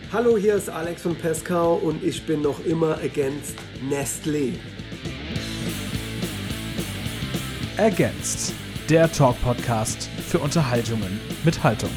Hallo, hier ist Alex von Pescau und ich bin noch immer against Nestlé. Ergänzt, der Talk-Podcast für Unterhaltungen mit Haltung.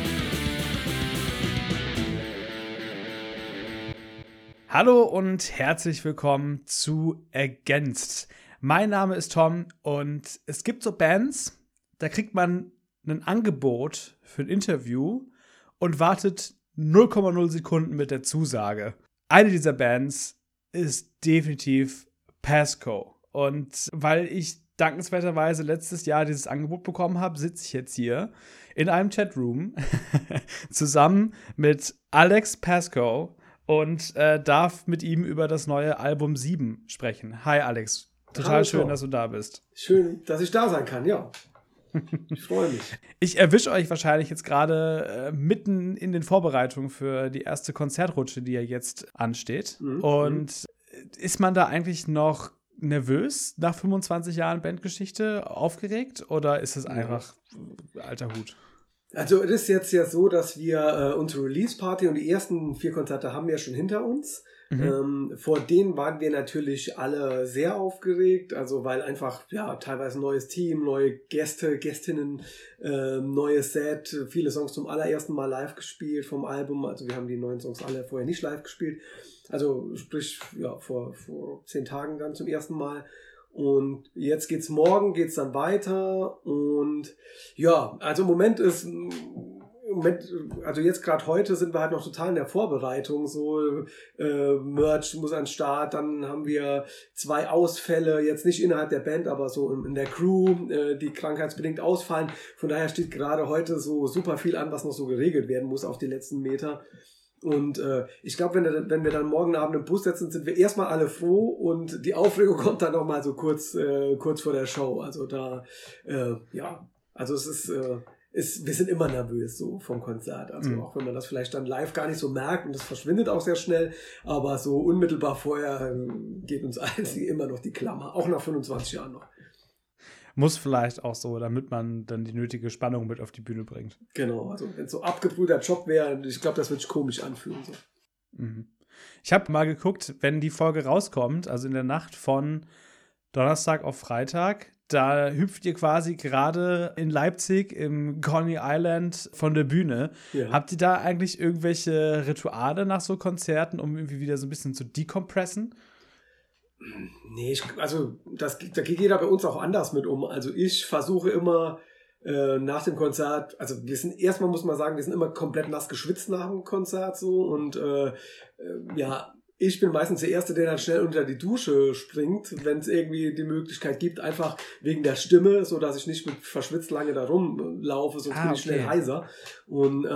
Hallo und herzlich willkommen zu Ergänzt. Mein Name ist Tom und es gibt so Bands, da kriegt man ein Angebot für ein Interview und wartet 0,0 Sekunden mit der Zusage. Eine dieser Bands ist definitiv Pesco. Und weil ich dankenswerterweise letztes Jahr dieses Angebot bekommen habe, sitze ich jetzt hier in einem Chatroom zusammen mit Alex Pesco und darf mit ihm über das neue Album 7 sprechen. Hi Alex, total schön, dass du da bist. Schön, dass ich da sein kann, ja. Ich freue mich. Ich erwische euch wahrscheinlich jetzt gerade mitten in den Vorbereitungen für die erste Konzertrutsche, die ja jetzt ansteht. Und ist man da eigentlich noch nervös nach 25 Jahren Bandgeschichte, aufgeregt? Oder ist es einfach alter Hut? Also es ist jetzt ja so, dass wir unsere Release-Party und die ersten 4 Konzerte haben wir schon hinter uns. Vor denen waren wir natürlich alle sehr aufgeregt, also weil einfach ja teilweise neues Team, neue Gäste, Gästinnen, neues Set, viele Songs zum allerersten Mal live gespielt vom Album, also wir haben die neuen Songs alle vorher nicht live gespielt, also sprich ja vor 10 Tagen dann zum ersten Mal. Und jetzt morgen geht's dann weiter und ja, also im Moment, also jetzt gerade heute sind wir halt noch total in der Vorbereitung, so Merch muss an den Start, dann haben wir 2 Ausfälle, jetzt nicht innerhalb der Band, aber so in der Crew, die krankheitsbedingt ausfallen, von daher steht gerade heute so super viel an, was noch so geregelt werden muss auf die letzten Meter. Und ich glaube, wenn wir dann morgen Abend im Bus sitzen, sind wir erstmal alle froh und die Aufregung kommt dann nochmal so kurz vor der Show. Also da, also es ist, wir sind immer nervös so vom Konzert. Also auch wenn man das vielleicht dann live gar nicht so merkt und das verschwindet auch sehr schnell, aber so unmittelbar vorher geht uns allen immer noch die Klammer, auch nach 25 Jahren noch. Muss vielleicht auch so, damit man dann die nötige Spannung mit auf die Bühne bringt. Genau, also wenn es so abgebrühter Job wäre, ich glaube, das würde sich komisch anfühlen. So. Ich habe mal geguckt, wenn die Folge rauskommt, also in der Nacht von Donnerstag auf Freitag, da hüpft ihr quasi gerade in Leipzig im Coney Island von der Bühne. Ja. Habt ihr da eigentlich irgendwelche Rituale nach so Konzerten, um irgendwie wieder so ein bisschen zu decompressen? Nee, da geht jeder bei uns auch anders mit um. Also ich versuche immer nach dem Konzert, also erstmal muss man sagen, wir sind immer komplett nass geschwitzt nach dem Konzert so und ich bin meistens der Erste, der dann schnell unter die Dusche springt, wenn es irgendwie die Möglichkeit gibt, einfach wegen der Stimme, so dass ich nicht mit verschwitzt lange da rumlaufe, sonst bin ich schnell heiser. Und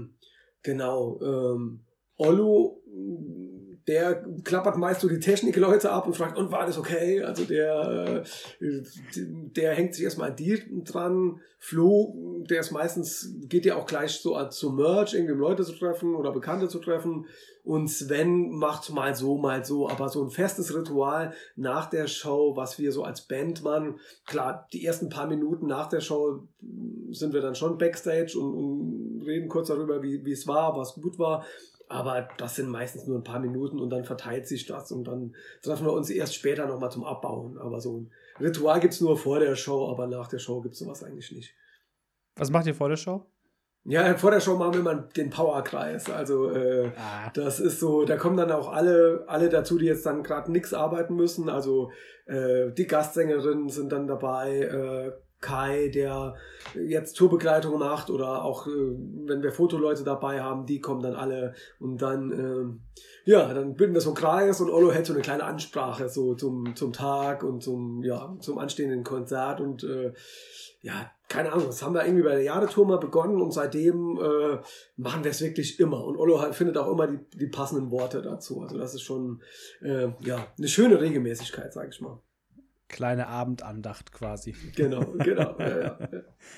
Ollo, der klappert meist so die Technikleute ab und fragt, und war alles okay? Also der hängt sich erstmal an die dran. Flo, der ist meistens, geht ja auch gleich so zum Merch, irgendwie um Leute zu treffen oder Bekannte zu treffen. Und Sven macht mal so, aber so ein festes Ritual nach der Show, was wir so als Band machen. Klar, die ersten paar Minuten nach der Show sind wir dann schon Backstage und reden kurz darüber, wie es war, was gut war. Aber das sind meistens nur ein paar Minuten und dann verteilt sich das und dann treffen wir uns erst später nochmal zum Abbauen. Aber so ein Ritual gibt's nur vor der Show, aber nach der Show gibt's sowas eigentlich nicht. Was macht ihr vor der Show? Ja, vor der Show machen wir immer den Powerkreis. Also das ist so, da kommen dann auch alle dazu, die jetzt dann gerade nichts arbeiten müssen. Also die Gastsängerinnen sind dann dabei, Kai, der jetzt Tourbegleitung macht oder auch wenn wir Fotoleute dabei haben, die kommen dann alle und dann dann bilden wir so einen Kreis und Ollo hält so eine kleine Ansprache so zum Tag und zum anstehenden Konzert und keine Ahnung, das haben wir irgendwie bei der Jahre-Tour mal begonnen und seitdem machen wir es wirklich immer und Ollo findet auch immer die passenden Worte dazu, also das ist schon eine schöne Regelmäßigkeit, sag ich mal. Kleine Abendandacht quasi. Genau. Ja.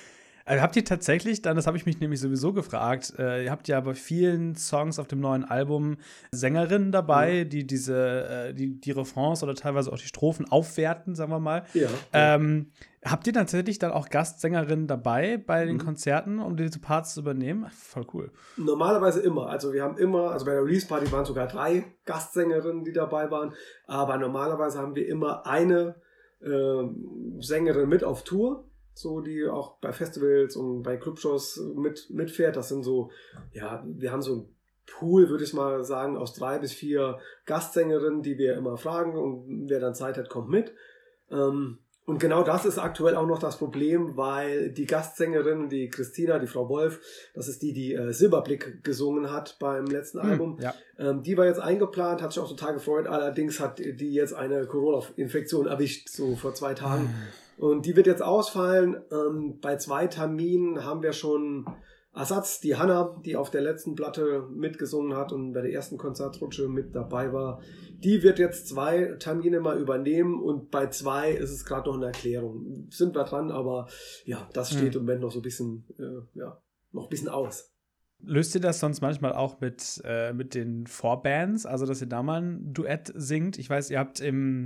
Also habt ihr tatsächlich dann, das habe ich mich nämlich sowieso gefragt, ihr habt ja bei vielen Songs auf dem neuen Album Sängerinnen dabei, die die Refrains oder teilweise auch die Strophen aufwerten, sagen wir mal. Ja. Habt ihr tatsächlich dann auch Gastsängerinnen dabei bei den Konzerten, um diese Parts zu übernehmen? Voll cool. Normalerweise immer. Also wir haben immer, also bei der Release-Party waren sogar 3 Gastsängerinnen, die dabei waren. Aber normalerweise haben wir immer eine Sängerin mit auf Tour, so die auch bei Festivals und bei Clubshows mitfährt. Das sind so, ja, wir haben so ein Pool, würde ich mal sagen, aus 3 bis 4 Gastsängerinnen, die wir immer fragen und wer dann Zeit hat, kommt mit. Und genau das ist aktuell auch noch das Problem, weil die Gastsängerin, die Christina, die Frau Wolf, das ist die Silberblick gesungen hat beim letzten Album, die war jetzt eingeplant, hat sich auch total gefreut, allerdings hat die jetzt eine Corona-Infektion erwischt, so vor 2 Tagen. Und die wird jetzt ausfallen. Bei 2 Terminen haben wir schon Ersatz, die Hanna, die auf der letzten Platte mitgesungen hat und bei der ersten Konzertrutsche mit dabei war. Die wird jetzt 2 Termine mal übernehmen und bei 2 ist es gerade noch eine Erklärung. Sind wir dran, aber ja, das steht im Moment noch so ein bisschen, noch ein bisschen aus. Löst ihr das sonst manchmal auch mit den Vorbands, also dass ihr da mal ein Duett singt? Ich weiß, ihr habt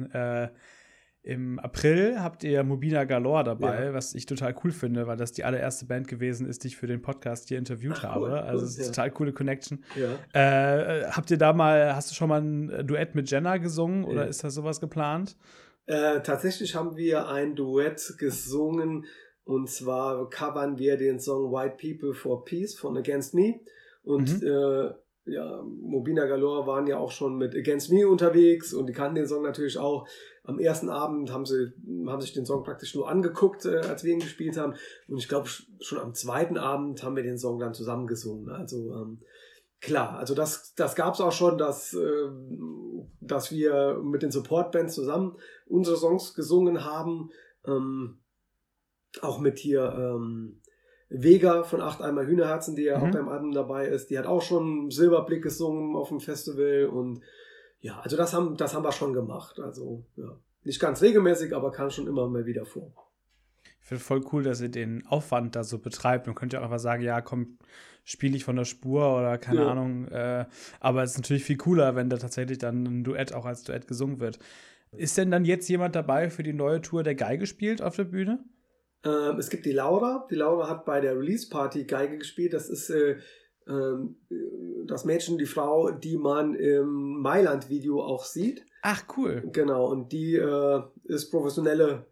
im April habt ihr Mobina Galore dabei, was ich total cool finde, weil das die allererste Band gewesen ist, die ich für den Podcast hier interviewt habe. Also es ist eine total coole Connection. Ja. Hast du schon mal ein Duett mit Jenna gesungen oder ist da sowas geplant? Tatsächlich haben wir ein Duett gesungen und zwar covern wir den Song White People for Peace von Against Me und Mobina Galore waren ja auch schon mit Against Me unterwegs und die kannten den Song natürlich auch. Am ersten Abend haben sich den Song praktisch nur angeguckt, als wir ihn gespielt haben. Und ich glaube, schon am zweiten Abend haben wir den Song dann zusammen gesungen. Also klar, also das gab es auch schon, dass wir mit den Supportbands zusammen unsere Songs gesungen haben. Auch mit hier Vega von 8 Eimer Hühnerherzen, die ja auch beim Album dabei ist. Die hat auch schon Silberblick gesungen auf dem Festival und ja, also das haben wir schon gemacht. Also ja, nicht ganz regelmäßig, aber kam schon immer mal wieder vor. Ich finde voll cool, dass ihr den Aufwand da so betreibt. Man könnte ja auch einfach sagen, ja, komm, spiele ich von der Spur oder keine Ahnung. Aber es ist natürlich viel cooler, wenn da tatsächlich dann ein Duett auch als Duett gesungen wird. Ist denn dann jetzt jemand dabei für die neue Tour, der Geige spielt auf der Bühne? Es gibt die Laura. Die Laura hat bei der Release-Party Geige gespielt. Das ist das Mädchen, die Frau, die man im Mailand-Video auch sieht. Ach, cool. Genau, und die ist professionelle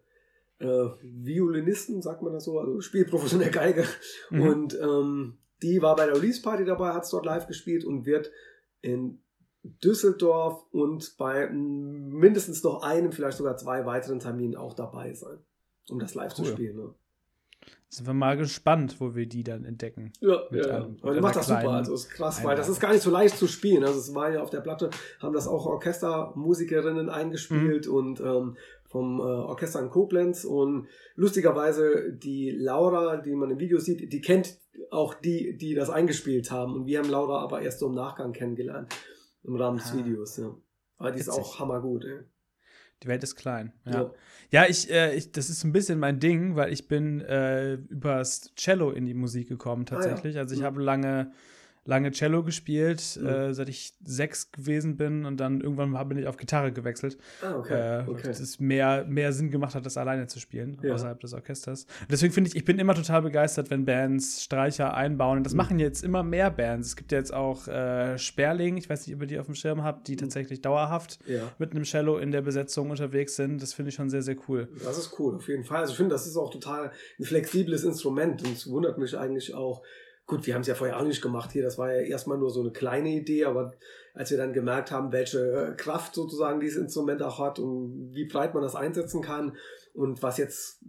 Violinistin, sagt man das so, also spielt professionell Geige. Und die war bei der Release-Party dabei, hat es dort live gespielt und wird in Düsseldorf und bei mindestens noch einem, vielleicht sogar 2 weiteren Terminen auch dabei sein, um das live zu spielen. Ne? Sind wir mal gespannt, wo wir die dann entdecken. Ja. Aber die macht das super, also ist krass, weil das ist gar nicht so leicht zu spielen. Also es war ja auf der Platte, haben das auch Orchestermusikerinnen eingespielt und vom Orchester in Koblenz und lustigerweise die Laura, die man im Video sieht, die kennt auch die das eingespielt haben und wir haben Laura aber erst so im Nachgang kennengelernt, im Rahmen des Videos. Ja. Aber die ist auch hammergut, ey. Die Welt ist klein. Ja, ich das ist ein bisschen mein Ding, weil ich bin übers Cello in die Musik gekommen tatsächlich. Also ich habe lange Cello gespielt, seit ich 6 gewesen bin und dann irgendwann bin ich auf Gitarre gewechselt. Okay. Das ist mehr Sinn gemacht hat, das alleine zu spielen, außerhalb des Orchesters. Und deswegen finde ich bin immer total begeistert, wenn Bands Streicher einbauen. Und das machen jetzt immer mehr Bands. Es gibt ja jetzt auch Sperling, ich weiß nicht, ob ihr die auf dem Schirm habt, die tatsächlich dauerhaft mit einem Cello in der Besetzung unterwegs sind. Das finde ich schon sehr, sehr cool. Das ist cool, auf jeden Fall. Also ich finde, das ist auch total ein flexibles Instrument und es wundert mich eigentlich auch. Gut, wir haben es ja vorher auch nicht gemacht hier, das war ja erstmal nur so eine kleine Idee, aber als wir dann gemerkt haben, welche Kraft sozusagen dieses Instrument auch hat und wie breit man das einsetzen kann und was jetzt,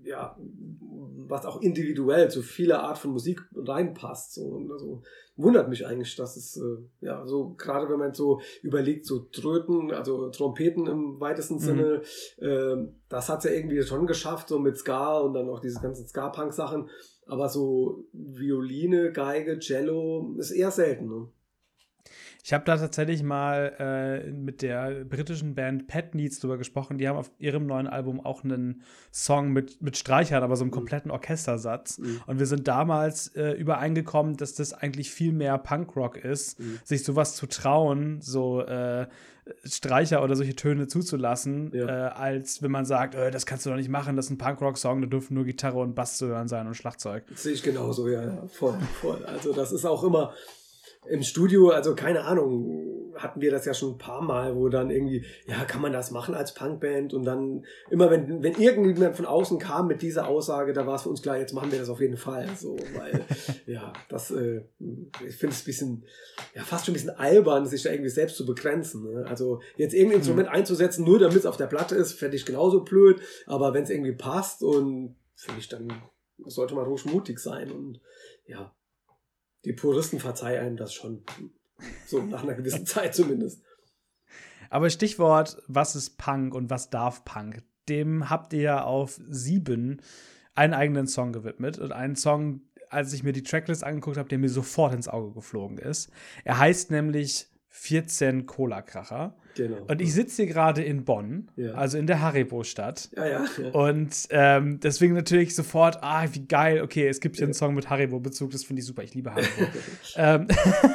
was auch individuell zu vieler Art von Musik reinpasst. So, und also wundert mich eigentlich, dass es, so gerade wenn man so überlegt, so Tröten, also Trompeten im weitesten Sinne, das hat es ja irgendwie schon geschafft, so mit Ska und dann auch diese ganzen Ska-Punk-Sachen. Aber so Violine, Geige, Cello ist eher selten. Ne? Ich habe da tatsächlich mal mit der britischen Band Pet Needs drüber gesprochen. Die haben auf ihrem neuen Album auch einen Song mit Streichern, aber so einem kompletten Orchestersatz. Und wir sind damals übereingekommen, dass das eigentlich viel mehr Punkrock ist, sich sowas zu trauen, so Streicher oder solche Töne zuzulassen, als wenn man sagt, das kannst du doch nicht machen, das ist ein Punkrock-Song, da dürfen nur Gitarre und Bass zu hören sein und Schlagzeug. Das sehe ich genauso, ja, voll. Also das ist auch immer im Studio, also keine Ahnung, hatten wir das ja schon ein paar Mal, wo dann irgendwie, ja, kann man das machen als Punkband? Und dann immer, wenn irgendjemand von außen kam mit dieser Aussage, da war es für uns klar, jetzt machen wir das auf jeden Fall. So, weil, ja, das, ich finde es ein bisschen, ja, fast schon ein bisschen albern, sich da irgendwie selbst zu begrenzen. Ne? Also jetzt irgendein Instrument einzusetzen, nur damit es auf der Platte ist, fände ich genauso blöd. Aber wenn es irgendwie passt und finde ich, dann sollte man ruhig mutig sein und ja. Die Puristen verzeihen einem das schon. So nach einer gewissen Zeit zumindest. Aber Stichwort, was ist Punk und was darf Punk? Dem habt ihr ja auf 7 einen eigenen Song gewidmet. Und einen Song, als ich mir die Tracklist angeguckt habe, der mir sofort ins Auge geflogen ist. Er heißt nämlich 14 Cola-Kracher. Genau. Und ich sitze hier gerade in Bonn, also in der Haribo-Stadt. Ja. Und deswegen natürlich sofort, wie geil, okay, es gibt hier einen Song mit Haribo-Bezug, das finde ich super, ich liebe Haribo.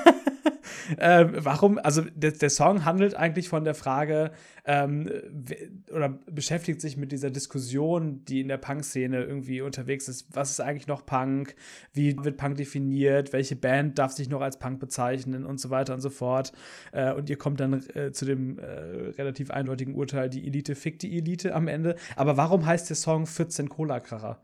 Warum, also der Song handelt eigentlich von der Frage, oder beschäftigt sich mit dieser Diskussion, die in der Punk-Szene irgendwie unterwegs ist. Was ist eigentlich noch Punk? Wie wird Punk definiert? Welche Band darf sich noch als Punk bezeichnen? Und so weiter und so fort. Und ihr kommt dann zu dem relativ eindeutigen Urteil, die Elite fickt die Elite am Ende. Aber warum heißt der Song 14 Cola-Kracher?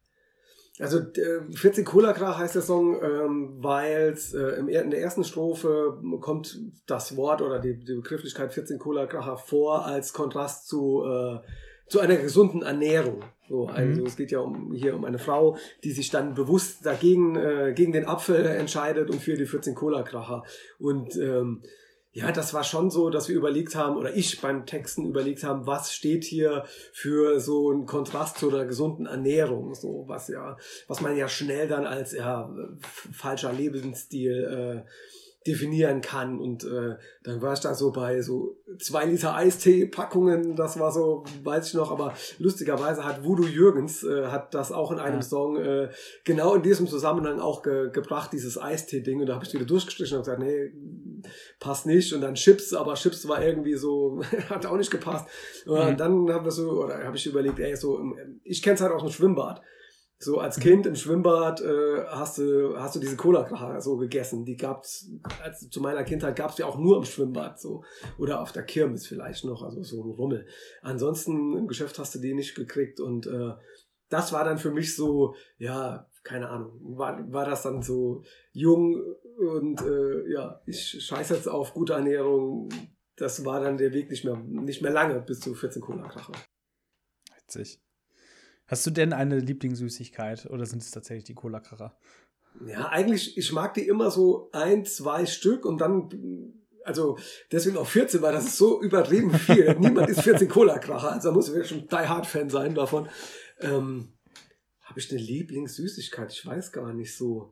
Also 14 Cola-Kracher heißt der Song, weil es in der ersten Strophe kommt das Wort oder die Begrifflichkeit 14 Cola-Kracher vor als Kontrast zu einer gesunden Ernährung. So, also es geht ja hier um eine Frau, die sich dann bewusst gegen den Apfel entscheidet und für die 14 Cola-Kracher. Und ja, das war schon so, dass wir überlegt haben, oder ich beim Texten überlegt haben, was steht hier für so ein Kontrast zu einer gesunden Ernährung, so was man ja schnell dann als falscher Lebensstil definieren kann. Und dann war ich da so bei so 2 Liter Eistee-Packungen, das war so, weiß ich noch, aber lustigerweise hat Voodoo Jürgens hat das auch in einem Song genau in diesem Zusammenhang auch gebracht, dieses Eistee-Ding, und da habe ich wieder durchgestrichen und gesagt, nee, passt nicht. Und dann Chips, aber Chips war irgendwie so, hat auch nicht gepasst. Und dann habe ich überlegt, ich kenne es halt aus dem Schwimmbad. So als Kind im Schwimmbad hast du diese Cola-Kracher so gegessen. Die gab's, zu meiner Kindheit gab's die auch nur im Schwimmbad so. Oder auf der Kirmes vielleicht noch, also so ein Rummel. Ansonsten im Geschäft hast du die nicht gekriegt. Und das war dann für mich so, ja, keine Ahnung, war das dann so jung und ich scheiße jetzt auf gute Ernährung. Das war dann der Weg nicht mehr lange bis zu 14 Cola-Kracher. Witzig. Hast du denn eine Lieblingssüßigkeit oder sind es tatsächlich die Cola-Kracher? Ja, eigentlich, ich mag die immer so 1, 2 Stück und dann, also deswegen auch 14, weil das ist so übertrieben viel. Niemand isst 14 Cola-Kracher, also da muss ich wirklich schon Die-Hard-Fan sein davon. Habe ich eine Lieblingssüßigkeit? Ich weiß gar nicht so.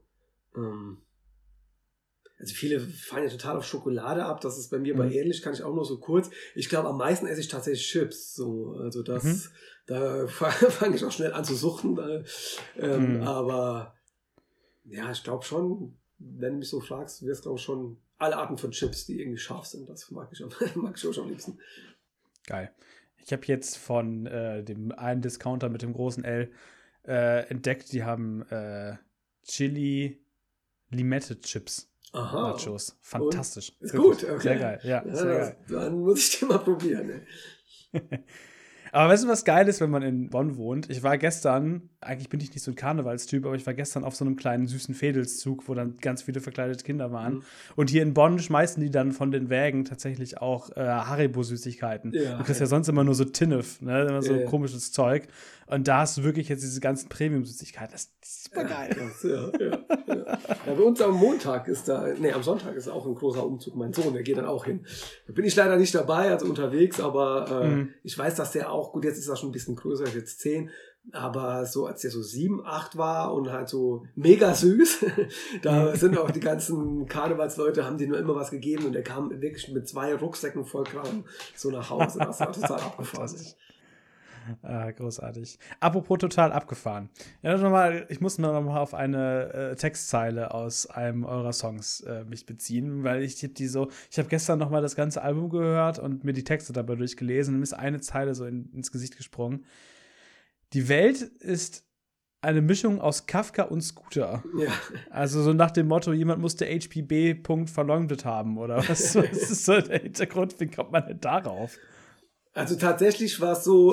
Also viele fallen ja total auf Schokolade ab, das ist bei mir aber ähnlich, kann ich auch nur so kurz. Ich glaube, am meisten esse ich tatsächlich Chips, so, also das, da fange ich auch schnell an zu suchten, aber ja, ich glaube schon, wenn du mich so fragst, wirst du auch schon alle Arten von Chips, die irgendwie scharf sind, das mag ich auch schon am liebsten. Geil. Ich habe jetzt von dem einen Discounter mit dem großen L entdeckt, die haben Chili Limette Chips. Aha. Nachos. Fantastisch. Ist gut, okay. Sehr geil, ja. Sehr geil. Dann muss ich die mal probieren. Aber weißt du, was geil ist, wenn man in Bonn wohnt? Ich war gestern, eigentlich bin ich nicht so ein Karnevalstyp, aber ich war gestern auf so einem kleinen süßen Fädelszug, wo dann ganz viele verkleidete Kinder waren. Und hier in Bonn schmeißen die dann von den Wägen tatsächlich auch Haribo-Süßigkeiten. Du kriegst ja sonst immer nur so Tinnef, ne? Immer so komisches Zeug. Und da hast du wirklich jetzt diese ganzen Premium-Süßigkeiten. Das ist super geil. Ja, bei uns am Montag am Sonntag ist auch ein großer Umzug. Mein Sohn, der geht dann auch hin. Da bin ich leider nicht dabei, also unterwegs, aber ich weiß, dass der auch, gut, jetzt ist er schon ein bisschen größer, jetzt 10, Aber so, als der so 7, 8 war und halt so mega süß, da sind auch die ganzen Karnevalsleute, haben denen nur immer was gegeben und der kam wirklich mit 2 Rucksäcken voll Kram so nach Hause. Das war total abgefahren. Großartig. Apropos total abgefahren. Ja, ich muss noch mal auf eine Textzeile aus einem eurer Songs mich beziehen, weil ich habe gestern noch mal das ganze Album gehört und mir die Texte dabei durchgelesen und mir ist eine Zeile so ins Gesicht gesprungen. Die Welt ist eine Mischung aus Kafka und Scooter. Ja. Also so nach dem Motto, jemand musste HPB verleumdet haben oder was ist so der Hintergrund? Wie kommt man denn darauf? Also tatsächlich war es so,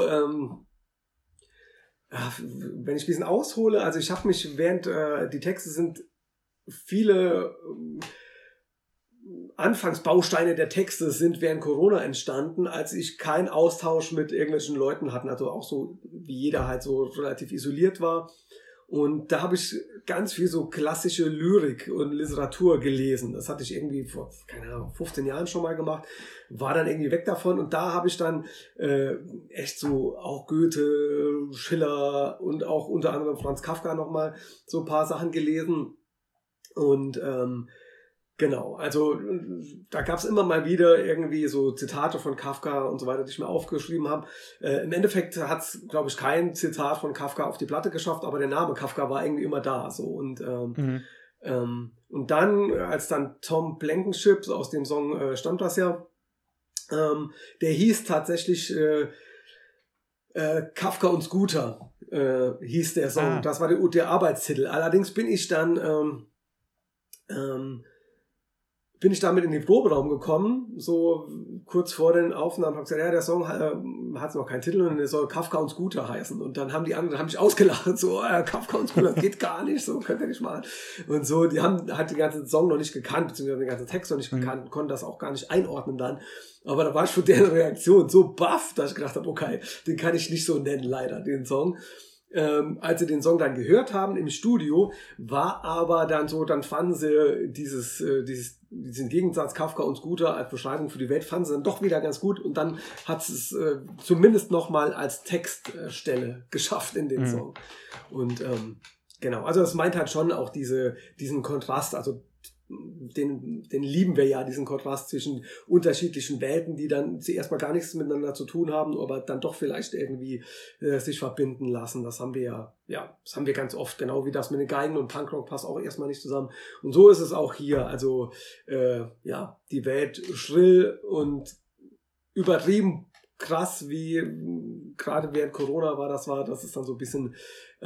wenn ich ein bisschen aushole, also ich habe mich die Texte sind viele Anfangsbausteine der Texte sind während Corona entstanden, als ich keinen Austausch mit irgendwelchen Leuten hatte, also auch so wie jeder halt so relativ isoliert war. Und da habe ich ganz viel so klassische Lyrik und Literatur gelesen. Das hatte ich irgendwie vor, keine Ahnung, 15 Jahren schon mal gemacht, war dann irgendwie weg davon. Und da habe ich dann echt so auch Goethe, Schiller und auch unter anderem Franz Kafka nochmal so ein paar Sachen gelesen. Und genau, also da gab es immer mal wieder irgendwie so Zitate von Kafka und so weiter, die ich mir aufgeschrieben habe. Im Endeffekt hat es, glaube ich, kein Zitat von Kafka auf die Platte geschafft, aber der Name Kafka war irgendwie immer da. So. Und dann, als dann Tom Blankenship, aus dem Song stammt das ja, der hieß tatsächlich Kafka und Scooter, hieß der Song. Das war der Arbeitstitel. Allerdings bin ich dann damit in den Proberaum gekommen, so kurz vor den Aufnahmen, habe gesagt, ja, der Song hat noch keinen Titel und der soll Kafka und Scooter heißen. Und dann haben die anderen, mich ausgelacht, so, Kafka und Scooter, das geht gar nicht, so könnt ihr nicht machen. Und so, die haben halt den ganzen Song noch nicht gekannt, beziehungsweise den ganzen Text noch nicht gekannt, konnten das auch gar nicht einordnen dann. Aber da war ich von deren Reaktion so baff, dass ich gedacht habe, okay, den kann ich nicht so nennen, leider, den Song. Als sie den Song dann gehört haben im Studio, war aber dann so, dann fanden sie diesen Gegensatz Kafka und Scooter als Beschreibung für die Welt, fanden sie dann doch wieder ganz gut und dann hat es zumindest nochmal als Textstelle geschafft in den Song. Und genau, also das meint halt schon auch diesen Kontrast, also den lieben wir ja, diesen Kontrast zwischen unterschiedlichen Welten, die dann zuerst mal gar nichts miteinander zu tun haben, aber dann doch vielleicht irgendwie sich verbinden lassen. Das haben wir das haben wir ganz oft, genau wie das mit den Geigen und Punkrock passt auch erstmal nicht zusammen. Und so ist es auch hier. Also die Welt schrill und übertrieben krass, wie gerade während Corona das ist dann so ein bisschen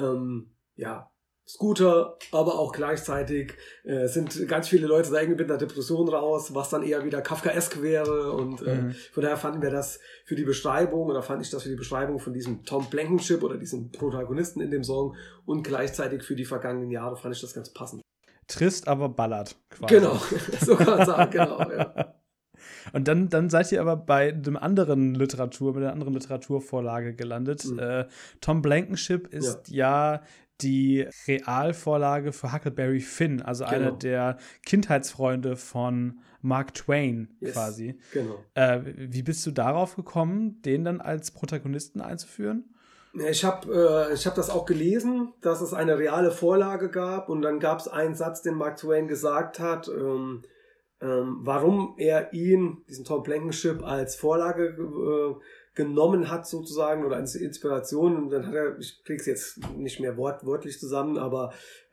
Scooter, aber auch gleichzeitig sind ganz viele Leute da irgendwie mit einer Depression raus, was dann eher wieder Kafkaesk wäre und von daher fand ich das für die Beschreibung von diesem Tom Blankenship oder diesem Protagonisten in dem Song und gleichzeitig für die vergangenen Jahre fand ich das ganz passend. Trist, aber ballert quasi. Genau, so kann man sagen, genau, ja. Und dann seid ihr aber bei mit einer anderen Literaturvorlage gelandet. Tom Blankenship ist ja die Realvorlage für Huckleberry Finn, also einer der Kindheitsfreunde von Mark Twain quasi. Genau. Wie bist du darauf gekommen, den dann als Protagonisten einzuführen? Ich hab das auch gelesen, dass es eine reale Vorlage gab und dann gab es einen Satz, den Mark Twain gesagt hat, warum er diesen Tom Blankenship, als Vorlage genommen hat sozusagen oder als Inspiration und dann hat ich krieg's jetzt nicht mehr wortwörtlich zusammen, aber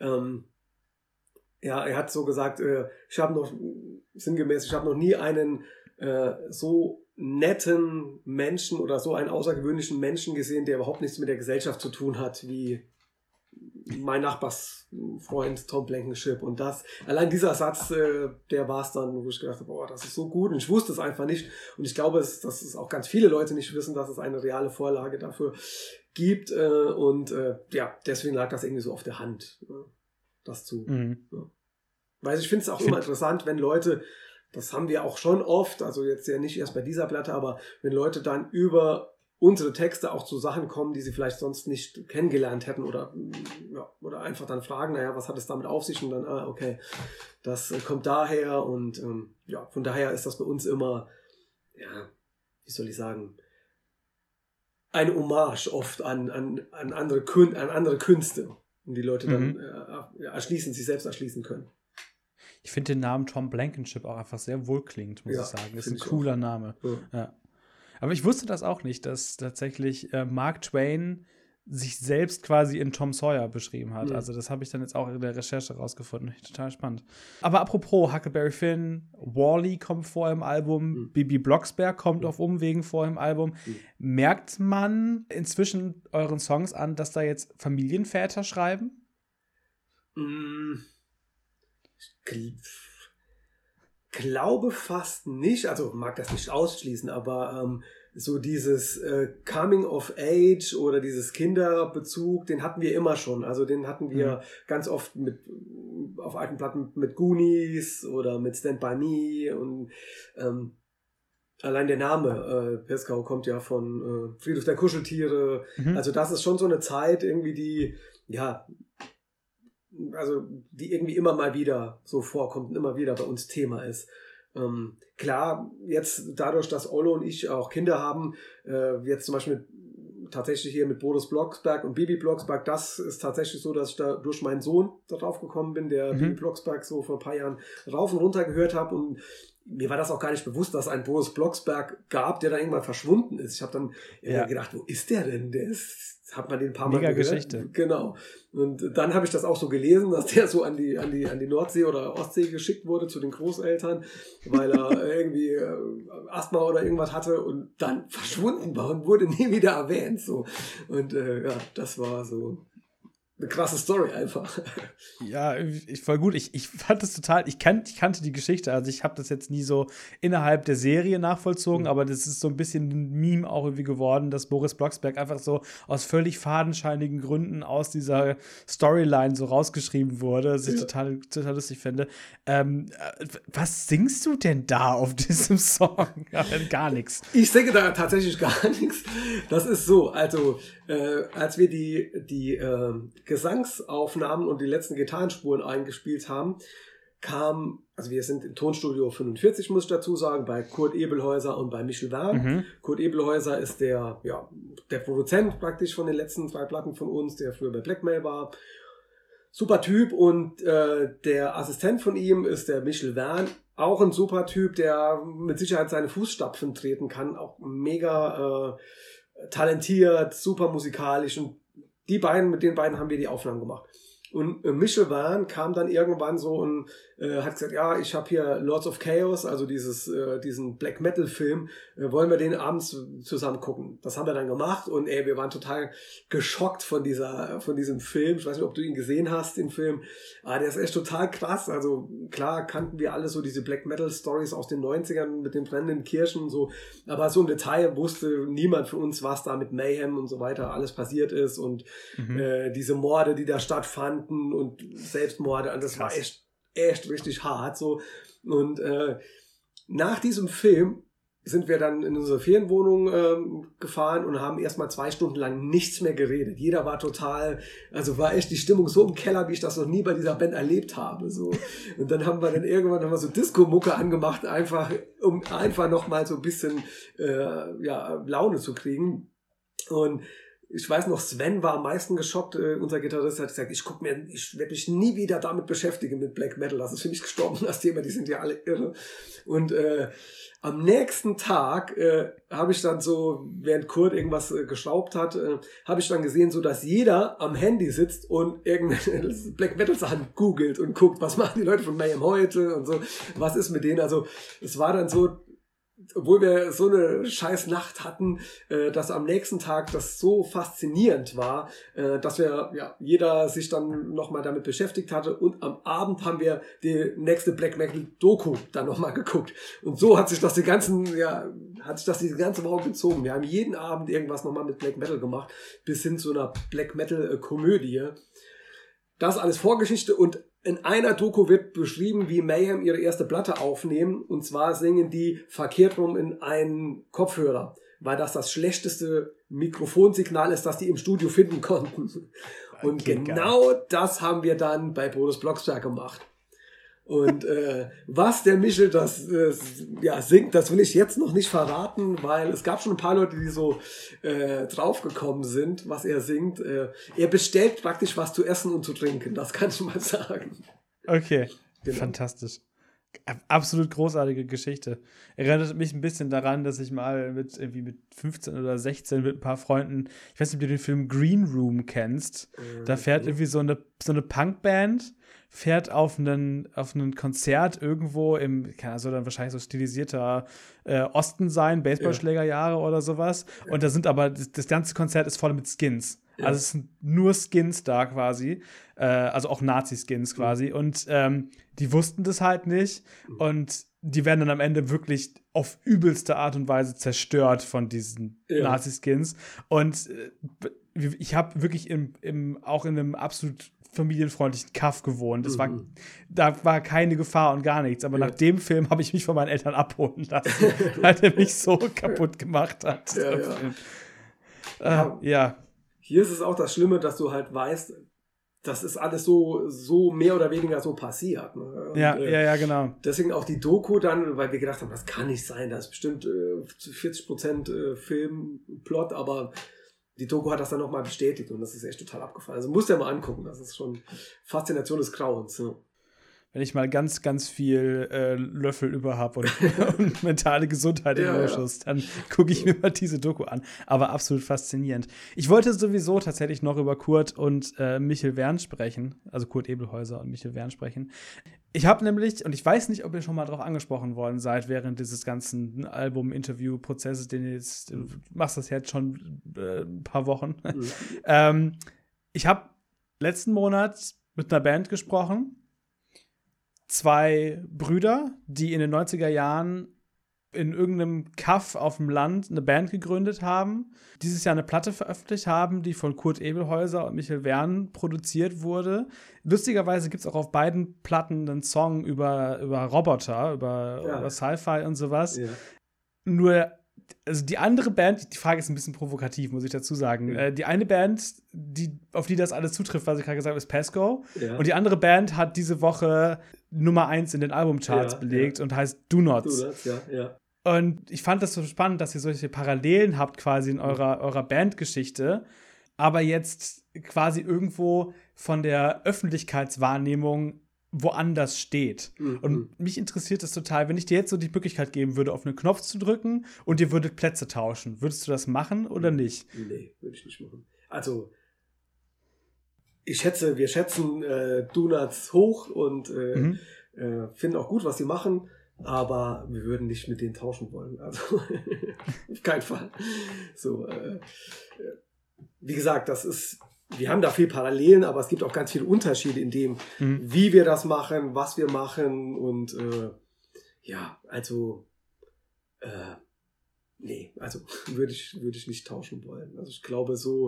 er hat so gesagt, ich habe noch nie einen so netten Menschen oder so einen außergewöhnlichen Menschen gesehen, der überhaupt nichts mit der Gesellschaft zu tun hat, wie mein Nachbarsfreund Tom Blankenship. Und allein dieser Satz, der war es dann, wo ich gedacht habe, boah, das ist so gut. Und ich wusste es einfach nicht. Und ich glaube, dass es auch ganz viele Leute nicht wissen, dass es eine reale Vorlage dafür gibt. Deswegen lag das irgendwie so auf der Hand, das zu. Ja. Weil ich finde es auch immer interessant, wenn Leute, das haben wir auch schon oft, also jetzt ja nicht erst bei dieser Platte, aber wenn Leute dann über unsere Texte auch zu Sachen kommen, die sie vielleicht sonst nicht kennengelernt hätten oder einfach dann fragen, was hat es damit auf sich und dann, okay, das kommt daher und von daher ist das bei uns immer, wie soll ich sagen, eine Hommage oft an andere Künste. Und die Leute dann sich selbst erschließen können. Ich finde den Namen Tom Blankenship auch einfach sehr wohlklingend, muss ich sagen. Das ist ein cooler Name. Ja. Aber ich wusste das auch nicht, dass tatsächlich Mark Twain sich selbst quasi in Tom Sawyer beschrieben hat. Also das habe ich dann jetzt auch in der Recherche rausgefunden. Total spannend. Aber apropos Huckleberry Finn, Wall-E kommt vor im Album, Bibi Blocksberg kommt auf Umwegen vor im Album. Merkt man inzwischen euren Songs an, dass da jetzt Familienväter schreiben? Ich glaube fast nicht, also mag das nicht ausschließen, aber so dieses Coming of Age oder dieses Kinderbezug, den hatten wir immer schon. Also den hatten wir ganz oft auf alten Platten mit Goonies oder mit Stand By Me und allein der Name Peskau kommt ja von Friedhof der Kuscheltiere. Also das ist schon so eine Zeit irgendwie, die irgendwie immer mal wieder so vorkommt und immer wieder bei uns Thema ist. Klar, jetzt dadurch, dass Ollo und ich auch Kinder haben, jetzt zum Beispiel tatsächlich hier mit Boris Blocksberg und Bibi Blocksberg, das ist tatsächlich so, dass ich da durch meinen Sohn darauf gekommen bin, der Bibi Blocksberg so vor ein paar Jahren rauf und runter gehört habe, und mir war das auch gar nicht bewusst, dass ein Boris Blocksberg gab, der dann irgendwann verschwunden ist. Ich habe dann gedacht, wo ist der denn? Hat man den ein paar Mal gehört. Geschichte. Genau. Und dann habe ich das auch so gelesen, dass der so an die Nordsee oder Ostsee geschickt wurde zu den Großeltern, weil er irgendwie Asthma oder irgendwas hatte und dann verschwunden war und wurde nie wieder erwähnt. So. Und das war so eine krasse Story einfach. Ja, voll gut. Ich fand das total, ich kannte die Geschichte, also ich habe das jetzt nie so innerhalb der Serie nachvollzogen, aber das ist so ein bisschen ein Meme auch irgendwie geworden, dass Boris Blocksberg einfach so aus völlig fadenscheinigen Gründen aus dieser Storyline so rausgeschrieben wurde, was ich total lustig finde. Was singst du denn da auf diesem Song? Gar nichts. Ich singe da tatsächlich gar nichts. Das ist so, also als wir die Gesangsaufnahmen und die letzten Gitarrenspuren eingespielt haben, also wir sind im Tonstudio 45, muss ich dazu sagen, bei Kurt Ebelhäuser und bei Michel Verne. Kurt Ebelhäuser ist der Produzent praktisch von den letzten 2 Platten von uns, der früher bei Blackmail war. Super Typ, und der Assistent von ihm ist der Michel Verne, auch ein super Typ, der mit Sicherheit seine Fußstapfen treten kann, auch mega talentiert, super musikalisch, und mit den beiden haben wir die Aufnahmen gemacht. Und Michel Verne kam dann irgendwann so und hat gesagt, ja, ich habe hier Lords of Chaos, also diesen Black Metal Film, wollen wir den abends zusammen gucken. Das haben wir dann gemacht, und wir waren total geschockt von diesem Film. Ich weiß nicht, ob du ihn gesehen hast, den Film. Aber der ist echt total krass. Also klar kannten wir alle so diese Black Metal Stories aus den 90ern mit den brennenden Kirchen und so, aber so im Detail wusste niemand von uns, was da mit Mayhem und so weiter alles passiert ist, und diese Morde, die da stattfanden und Selbstmorde, und das war echt richtig hart so. Und nach diesem Film sind wir dann in unsere Ferienwohnung gefahren und haben erstmal 2 Stunden lang nichts mehr geredet. Jeder war war echt die Stimmung so im Keller, wie ich das noch nie bei dieser Band erlebt habe. So. Und dann haben wir irgendwann so Disco-Mucke angemacht, um einfach nochmal so ein bisschen Laune zu kriegen. Und ich weiß noch, Sven war am meisten geschockt. Unser Gitarrist hat gesagt, ich werde mich nie wieder damit beschäftigen mit Black Metal. Das ist für mich gestorben, das Thema, die sind ja alle irre. Und am nächsten Tag habe ich dann so, während Kurt irgendwas geschraubt hat, habe ich dann gesehen, so dass jeder am Handy sitzt und irgendwelche Black Metal Sachen googelt und guckt, was machen die Leute von Mayhem heute und so, was ist mit denen. Also es war dann so, obwohl wir so eine scheiß Nacht hatten, dass am nächsten Tag das so faszinierend war, dass jeder sich dann nochmal damit beschäftigt hatte, und am Abend haben wir die nächste Black Metal Doku dann nochmal geguckt. Und so hat sich das die ganze Woche gezogen. Wir haben jeden Abend irgendwas nochmal mit Black Metal gemacht, bis hin zu einer Black Metal Komödie. Das alles Vorgeschichte, und in einer Doku wird beschrieben, wie Mayhem ihre erste Platte aufnehmen, und zwar singen die verkehrt rum in einen Kopfhörer, weil das schlechteste Mikrofonsignal ist, das die im Studio finden konnten. Und genau das haben wir dann bei Boris Blocksberg gemacht. Und was der Michel singt, das will ich jetzt noch nicht verraten, weil es gab schon ein paar Leute, die so draufgekommen sind, was er singt. Er bestellt praktisch was zu essen und zu trinken, das kann ich mal sagen. Okay, genau. Fantastisch. Absolut großartige Geschichte. Erinnert mich ein bisschen daran, dass ich mal mit 15 oder 16 mit ein paar Freunden, ich weiß nicht, ob du den Film Green Room kennst, da fährt irgendwie so eine Punkband, fährt auf einen Konzert irgendwo soll dann wahrscheinlich so stilisierter Osten sein, Baseballschlägerjahre oder sowas. Und da sind aber, das ganze Konzert ist voll mit Skins. Ja. Also es sind nur Skins da quasi, also auch Nazi-Skins quasi. Und die wussten das halt nicht. Und die werden dann am Ende wirklich auf übelste Art und Weise zerstört von diesen Nazi-Skins. Und ich habe wirklich auch in einem absolut familienfreundlichen Kaff gewohnt. Da war keine Gefahr und gar nichts. Aber nach dem Film habe ich mich von meinen Eltern abholen lassen, weil er mich so kaputt gemacht hat. Ja. Hier ist es auch das Schlimme, dass du halt weißt, das ist alles so mehr oder weniger so passiert. Ne? Und, ja, genau. Deswegen auch die Doku dann, weil wir gedacht haben, das kann nicht sein, das ist bestimmt 40% Filmplot, aber die Doku hat das dann nochmal bestätigt und das ist echt total abgefallen. Also musst du ja mal angucken, das ist schon Faszination des Grauens. Ne? Wenn ich mal ganz, ganz viel Löffel über habe und mentale Gesundheit im Ausschuss, dann gucke ich mir mal diese Doku an. Aber absolut faszinierend. Ich wollte sowieso tatsächlich noch über Kurt und Michel Wern sprechen, also Kurt Ebelhäuser und Michel Wern sprechen. Ich habe nämlich, und ich weiß nicht, ob ihr schon mal darauf angesprochen worden seid, während dieses ganzen Album-Interview-Prozesses, du machst das jetzt schon ein paar Wochen. Ich habe letzten Monat mit einer Band gesprochen, 2 Brüder, die in den 90er Jahren in irgendeinem Kaff auf dem Land eine Band gegründet haben, dieses Jahr eine Platte veröffentlicht haben, die von Kurt Ebelhäuser und Michel Wern produziert wurde. Lustigerweise gibt es auch auf beiden Platten einen Song über Roboter, über Sci-Fi und sowas. Ja. Nur, also die andere Band, die Frage ist ein bisschen provokativ, muss ich dazu sagen. Die eine Band, auf die das alles zutrifft, was ich gerade gesagt habe, ist Pasco. Ja. Und die andere Band hat diese Woche Nummer 1 in den Albumcharts belegt und heißt Do Nots. Ja. Und ich fand das so spannend, dass ihr solche Parallelen habt quasi in eurer Bandgeschichte, aber jetzt quasi irgendwo von der Öffentlichkeitswahrnehmung woanders steht. Und mich interessiert das total, wenn ich dir jetzt so die Möglichkeit geben würde, auf einen Knopf zu drücken und ihr würdet Plätze tauschen. Würdest du das machen oder nicht? Nee, würde ich nicht machen. Also, wir schätzen Donuts hoch und finden auch gut, was sie machen, aber wir würden nicht mit denen tauschen wollen. Also, auf keinen Fall. So, wie gesagt, wir haben da viel Parallelen, aber es gibt auch ganz viele Unterschiede in dem, wie wir das machen, was wir machen und nee, also würde ich nicht tauschen wollen. Also ich glaube so,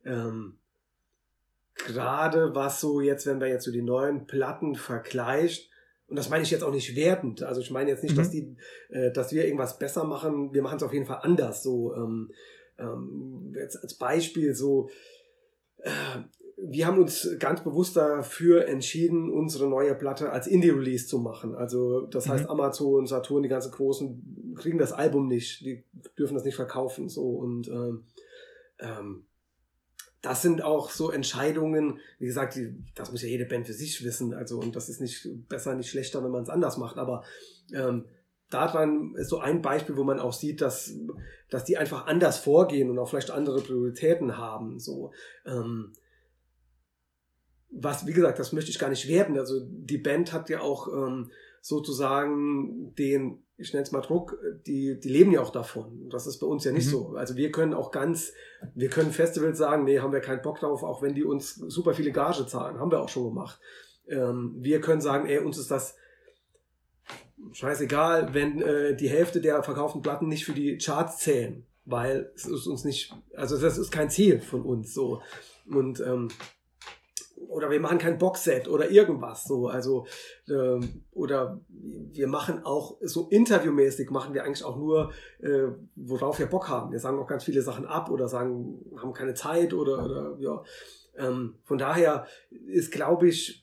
gerade was so jetzt, wenn wir jetzt so die neuen Platten vergleicht, und das meine ich jetzt auch nicht wertend, also ich meine jetzt nicht, dass wir irgendwas besser machen, wir machen es auf jeden Fall anders, so jetzt als Beispiel so, wir haben uns ganz bewusst dafür entschieden, unsere neue Platte als Indie-Release zu machen. Also das heißt, Amazon, Saturn, die ganzen Großen kriegen das Album nicht, die dürfen das nicht verkaufen. So und das sind auch so Entscheidungen, wie gesagt, das muss ja jede Band für sich wissen. Also und das ist nicht besser, nicht schlechter, wenn man es anders macht. Aber daran ist so ein Beispiel, wo man auch sieht, dass die einfach anders vorgehen und auch vielleicht andere Prioritäten haben. So, wie gesagt, das möchte ich gar nicht werten. Also die Band hat ja auch sozusagen ich nenne es mal Druck, die leben ja auch davon. Das ist bei uns ja nicht so. Also wir können Festivals sagen, nee, haben wir keinen Bock drauf, auch wenn die uns super viele Gage zahlen. Haben wir auch schon gemacht. Wir können sagen, uns ist das scheißegal, wenn die Hälfte der verkauften Platten nicht für die Charts zählen, weil es ist uns nicht, also das ist kein Ziel von uns so. Und oder wir machen kein Boxset oder irgendwas so, also oder wir machen auch so interviewmäßig machen wir eigentlich auch nur worauf wir Bock haben. Wir sagen auch ganz viele Sachen ab oder sagen, haben keine Zeit oder ja. Von daher ist, glaube ich,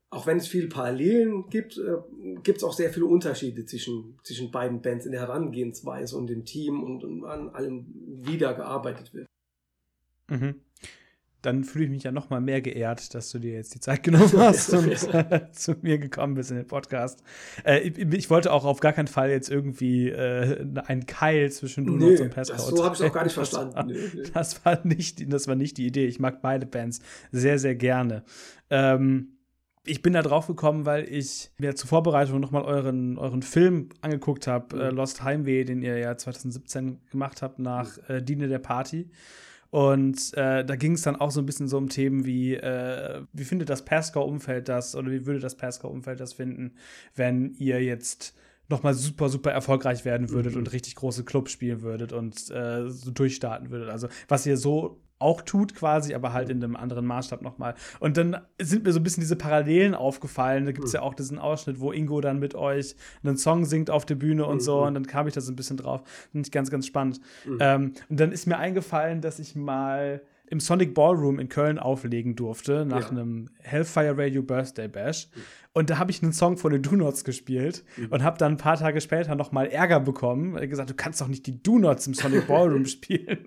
auch wenn es viele Parallelen gibt, gibt es auch sehr viele Unterschiede zwischen beiden Bands in der Herangehensweise und dem Team und an allem, wie da gearbeitet wird. Mhm. Dann fühle ich mich ja noch mal mehr geehrt, dass du dir jetzt die Zeit genommen hast und zu mir gekommen bist in den Podcast. Ich wollte auch auf gar keinen Fall jetzt irgendwie einen Keil zwischen Donuts und Pascal. So habe ich auch gar nicht verstanden. Das war nicht die Idee. Ich mag beide Bands sehr, sehr gerne. Ich bin da drauf gekommen, weil ich mir zur Vorbereitung nochmal euren Film angeguckt habe, Lost Heimweh, den ihr ja 2017 gemacht habt nach Diene der Party. Und da ging es dann auch so ein bisschen so um Themen wie findet das Pascal-Umfeld das oder wie würde das Pascal-Umfeld das finden, wenn ihr jetzt nochmal super, super erfolgreich werden würdet und richtig große Clubs spielen würdet und so durchstarten würdet. Also was ihr so auch tut quasi, aber halt in einem anderen Maßstab nochmal. Und dann sind mir so ein bisschen diese Parallelen aufgefallen. Da gibt es ja auch diesen Ausschnitt, wo Ingo dann mit euch einen Song singt auf der Bühne und so. Und dann kam ich da so ein bisschen drauf. Finde ich ganz, ganz spannend. Und dann ist mir eingefallen, dass ich mal im Sonic Ballroom in Köln auflegen durfte, nach einem Hellfire Radio Birthday Bash. Und da habe ich einen Song von den Do-Nots gespielt und habe dann ein paar Tage später noch mal Ärger bekommen. Er hat gesagt, du kannst doch nicht die Do-Nots im Sonic Ballroom spielen.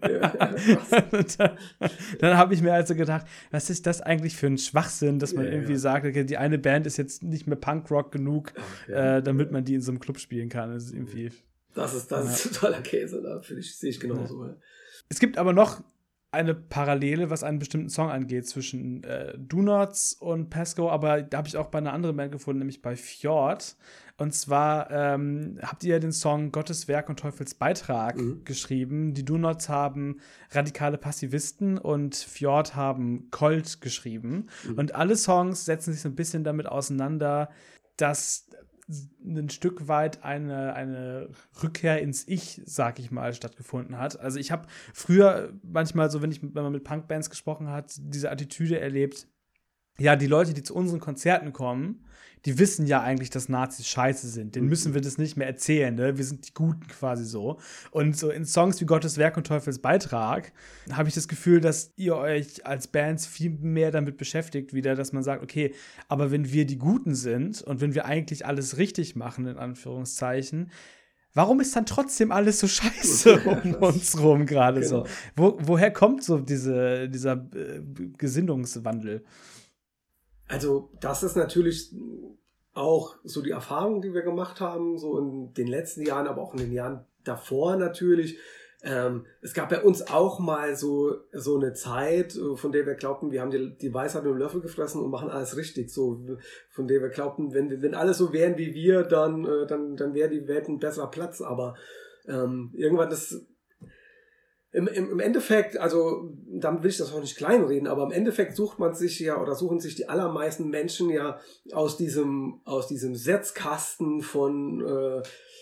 Dann habe ich mir also gedacht, was ist das eigentlich für ein Schwachsinn, dass man irgendwie sagt, okay, die eine Band ist jetzt nicht mehr Punkrock genug, damit man die in so einem Club spielen kann. Das ist irgendwie. Das ist totaler Käse, da sehe ich genauso. Ja. Es gibt aber noch eine Parallele, was einen bestimmten Song angeht, zwischen Do-Nots und Pascal, aber da habe ich auch bei einer anderen Band gefunden, nämlich bei Fjord. Und zwar habt ihr ja den Song Gottes Werk und Teufels Beitrag geschrieben. Die Do-Nots haben Radikale Passivisten und Fjord haben Colt geschrieben. Und alle Songs setzen sich so ein bisschen damit auseinander, dass ein Stück weit eine Rückkehr ins Ich, sag ich mal, stattgefunden hat. Also ich habe früher manchmal so, wenn man mit Punkbands gesprochen hat, diese Attitüde erlebt, ja, die Leute, die zu unseren Konzerten kommen, die wissen ja eigentlich, dass Nazis scheiße sind. Denen müssen wir das nicht mehr erzählen, ne? Wir sind die Guten quasi so. Und so in Songs wie Gottes Werk und Teufels Beitrag habe ich das Gefühl, dass ihr euch als Bands viel mehr damit beschäftigt, wieder, dass man sagt, okay, aber wenn wir die Guten sind und wenn wir eigentlich alles richtig machen, in Anführungszeichen, warum ist dann trotzdem alles so scheiße um uns rum gerade so? Woher kommt so dieser Gesinnungswandel? Also das ist natürlich auch so die Erfahrung, die wir gemacht haben, so in den letzten Jahren, aber auch in den Jahren davor natürlich. Es gab bei uns auch mal so eine Zeit, von der wir glaubten, wir haben die Weisheit mit dem Löffel gefressen und machen alles richtig. So, von der wir glaubten, wenn alle so wären wie wir, dann wäre die Welt ein besserer Platz. Aber irgendwann ist im Endeffekt, also damit will ich das auch nicht kleinreden, aber im Endeffekt suchen sich die allermeisten Menschen ja aus diesem Setzkasten von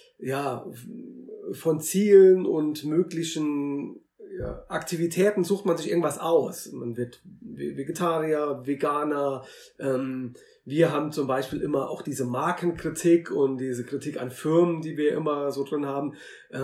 Zielen und möglichen Aktivitäten sucht man sich irgendwas aus. Man wird Vegetarier, Veganer. Wir haben zum Beispiel immer auch diese Markenkritik und diese Kritik an Firmen, die wir immer so drin haben.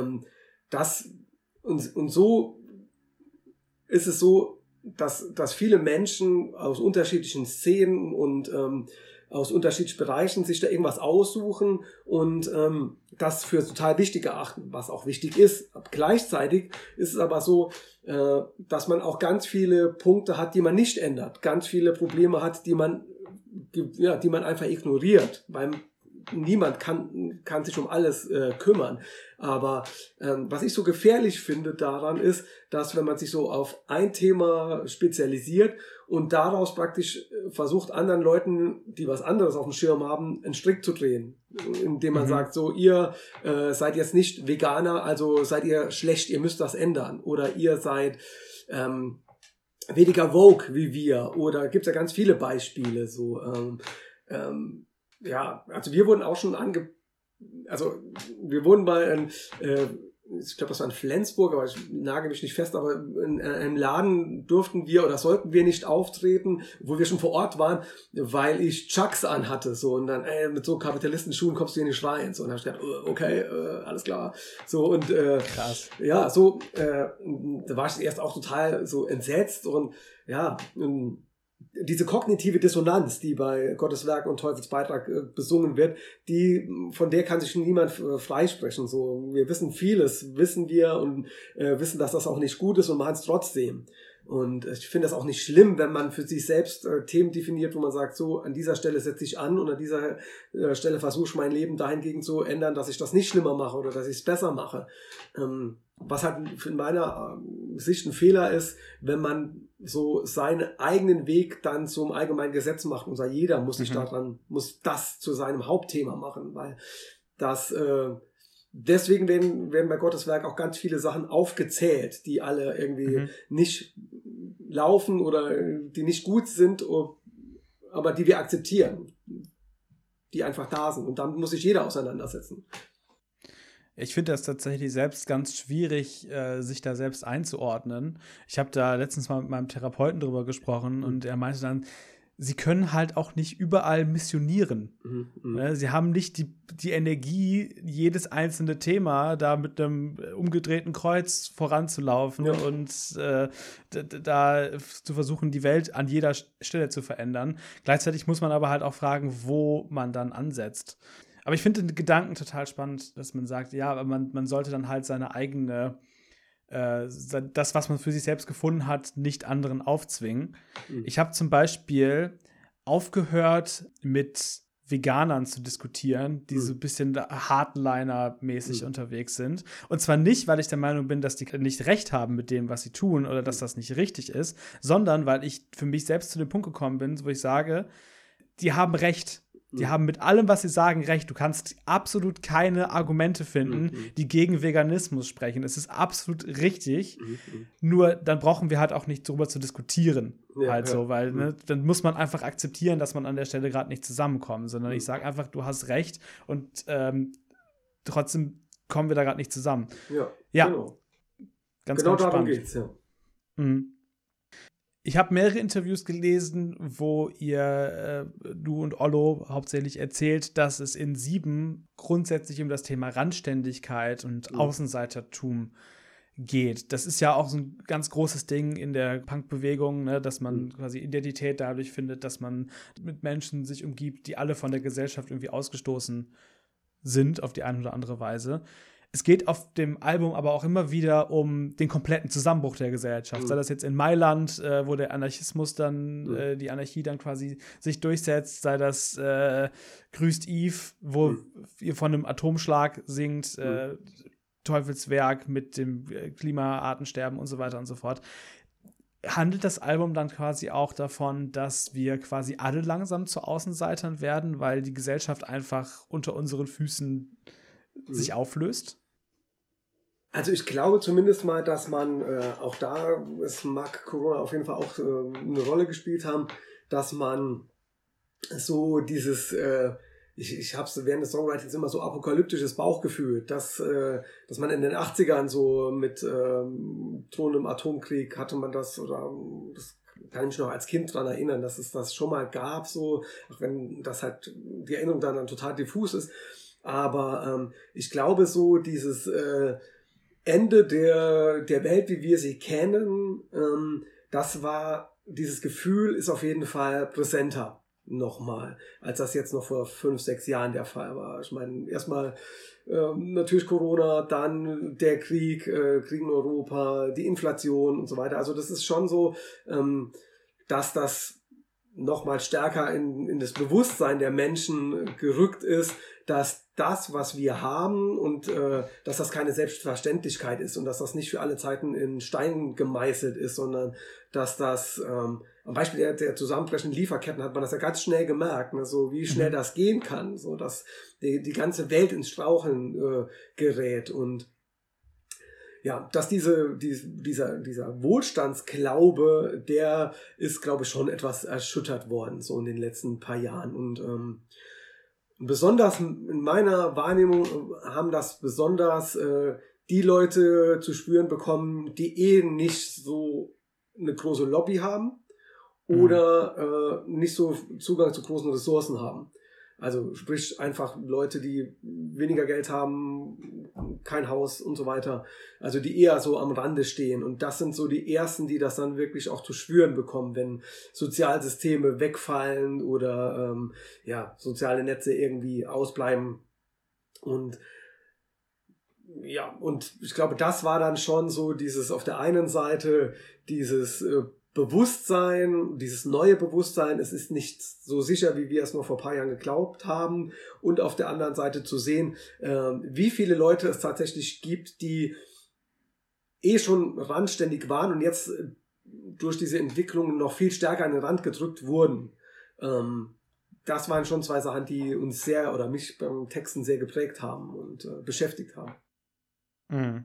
Und so ist es so, dass viele Menschen aus unterschiedlichen Szenen und aus unterschiedlichen Bereichen sich da irgendwas aussuchen und das für total wichtig erachten, was auch wichtig ist. Gleichzeitig ist es aber so, dass man auch ganz viele Punkte hat, die man nicht ändert, ganz viele Probleme hat, die man einfach ignoriert, weil niemand kann sich um alles kümmern. Aber was ich so gefährlich finde daran ist, dass wenn man sich so auf ein Thema spezialisiert und daraus praktisch versucht, anderen Leuten, die was anderes auf dem Schirm haben, einen Strick zu drehen. Indem man sagt, so, ihr seid jetzt nicht Veganer, also seid ihr schlecht, ihr müsst das ändern. Oder ihr seid weniger woke wie wir. Oder gibt's ja ganz viele Beispiele. So, ja, also wir wurden auch schon wir wurden bei ich glaube, das war in Flensburg, aber ich nagel mich nicht fest, aber in einem Laden durften wir oder sollten wir nicht auftreten, wo wir schon vor Ort waren, weil ich Chucks anhatte, so, und dann, mit so Kapitalistenschuhen kommst du hier nicht rein, so, und dann habe ich gedacht, okay, alles klar, so, und, krass. Ja, so, da war ich erst auch total so entsetzt und, ja, diese kognitive Dissonanz, die bei Gottes Werk und Teufels Beitrag besungen wird, von der kann sich niemand freisprechen. So, wir wissen vieles, wissen wir und wissen, dass das auch nicht gut ist und machen es trotzdem. Und ich finde das auch nicht schlimm, wenn man für sich selbst Themen definiert, wo man sagt, so an dieser Stelle setze ich an und an dieser Stelle versuche ich mein Leben dahingegen zu ändern, dass ich das nicht schlimmer mache oder dass ich es besser mache. Was halt in meiner Sicht ein Fehler ist, wenn man so seinen eigenen Weg dann zum allgemeinen Gesetz macht und sagt, jeder muss sich muss das zu seinem Hauptthema machen, weil das deswegen werden bei Gottes Werk auch ganz viele Sachen aufgezählt, die alle irgendwie nicht laufen oder die nicht gut sind, aber die wir akzeptieren, die einfach da sind. Und damit muss sich jeder auseinandersetzen. Ich finde das tatsächlich selbst ganz schwierig, sich da selbst einzuordnen. Ich habe da letztens mal mit meinem Therapeuten drüber gesprochen und er meinte dann, sie können halt auch nicht überall missionieren. Sie haben nicht die Energie, jedes einzelne Thema da mit einem umgedrehten Kreuz voranzulaufen und da zu versuchen, die Welt an jeder Stelle zu verändern. Gleichzeitig muss man aber halt auch fragen, wo man dann ansetzt. Aber ich finde den Gedanken total spannend, dass man sagt, ja, aber man sollte dann halt seine eigene das, was man für sich selbst gefunden hat, nicht anderen aufzwingen. Ich habe zum Beispiel aufgehört, mit Veganern zu diskutieren, die so ein bisschen Hardliner-mäßig unterwegs sind. Und zwar nicht, weil ich der Meinung bin, dass die nicht recht haben mit dem, was sie tun oder dass das nicht richtig ist, sondern weil ich für mich selbst zu dem Punkt gekommen bin, wo ich sage, die haben recht. Die haben mit allem, was sie sagen, recht. Du kannst absolut keine Argumente finden, die gegen Veganismus sprechen. Es ist absolut richtig. Nur dann brauchen wir halt auch nicht drüber zu diskutieren. Weil dann muss man einfach akzeptieren, dass man an der Stelle gerade nicht zusammenkommt. Sondern ich sage einfach, du hast recht und trotzdem kommen wir da gerade nicht zusammen. Ja. Genau. Ganz darum geht's, ja. Ich habe mehrere Interviews gelesen, wo du und Ollo hauptsächlich erzählt, dass es in 7 grundsätzlich um das Thema Randständigkeit und Außenseitertum geht. Das ist ja auch so ein ganz großes Ding in der Punkbewegung, ne, dass man quasi Identität dadurch findet, dass man mit Menschen sich umgibt, die alle von der Gesellschaft irgendwie ausgestoßen sind, auf die eine oder andere Weise. Es geht auf dem Album aber auch immer wieder um den kompletten Zusammenbruch der Gesellschaft. Sei das jetzt in Mailand, wo der Anarchismus dann, die Anarchie dann quasi sich durchsetzt, sei das Grüßt Eve, wo ihr von einem Atomschlag singt, Teufelswerk mit dem Klimaartensterben und so weiter und so fort. Handelt das Album dann quasi auch davon, dass wir quasi alle langsam zu Außenseitern werden, weil die Gesellschaft einfach unter unseren Füßen sich auflöst? Also ich glaube zumindest mal, dass man auch da, es mag Corona auf jeden Fall auch eine Rolle gespielt haben, dass man so dieses, ich habe es während des Songwritings immer so apokalyptisches Bauchgefühl, dass man in den 80ern so mit drohendem Atomkrieg hatte man das, oder das kann ich mich noch als Kind daran erinnern, dass es das schon mal gab, so, auch wenn das halt die Erinnerung dann total diffus ist. Aber ich glaube so, dieses Ende der Welt, wie wir sie kennen, dieses Gefühl ist auf jeden Fall präsenter nochmal, als das jetzt noch vor 5, 6 Jahren der Fall war. Ich meine, erstmal natürlich Corona, dann der Krieg in Europa, die Inflation und so weiter. Also das ist schon so, dass das nochmal stärker in das Bewusstsein der Menschen gerückt ist, dass das, was wir haben und dass das keine Selbstverständlichkeit ist und dass das nicht für alle Zeiten in Stein gemeißelt ist, sondern dass das, am Beispiel der zusammenbrechenden Lieferketten hat man das ja ganz schnell gemerkt, ne, so wie schnell das gehen kann, so dass die ganze Welt ins Straucheln gerät. Und ja, dass dieser Wohlstandsglaube, der ist, glaube ich, schon etwas erschüttert worden, so in den letzten paar Jahren. Und besonders in meiner Wahrnehmung haben das besonders die Leute zu spüren bekommen, die nicht so eine große Lobby haben oder nicht so Zugang zu großen Ressourcen haben. Also sprich einfach Leute, die weniger Geld haben, kein Haus und so weiter. Also die eher so am Rande stehen. Und das sind so die Ersten, die das dann wirklich auch zu spüren bekommen, wenn Sozialsysteme wegfallen oder soziale Netze irgendwie ausbleiben. Und ja, und ich glaube, das war dann schon so dieses auf der einen Seite dieses Bewusstsein, dieses neue Bewusstsein, es ist nicht so sicher, wie wir es noch vor ein paar Jahren geglaubt haben, und auf der anderen Seite zu sehen, wie viele Leute es tatsächlich gibt, die schon randständig waren und jetzt durch diese Entwicklung noch viel stärker an den Rand gedrückt wurden. Das waren schon zwei Sachen, die uns sehr oder mich beim Texten sehr geprägt haben und beschäftigt haben. Mhm.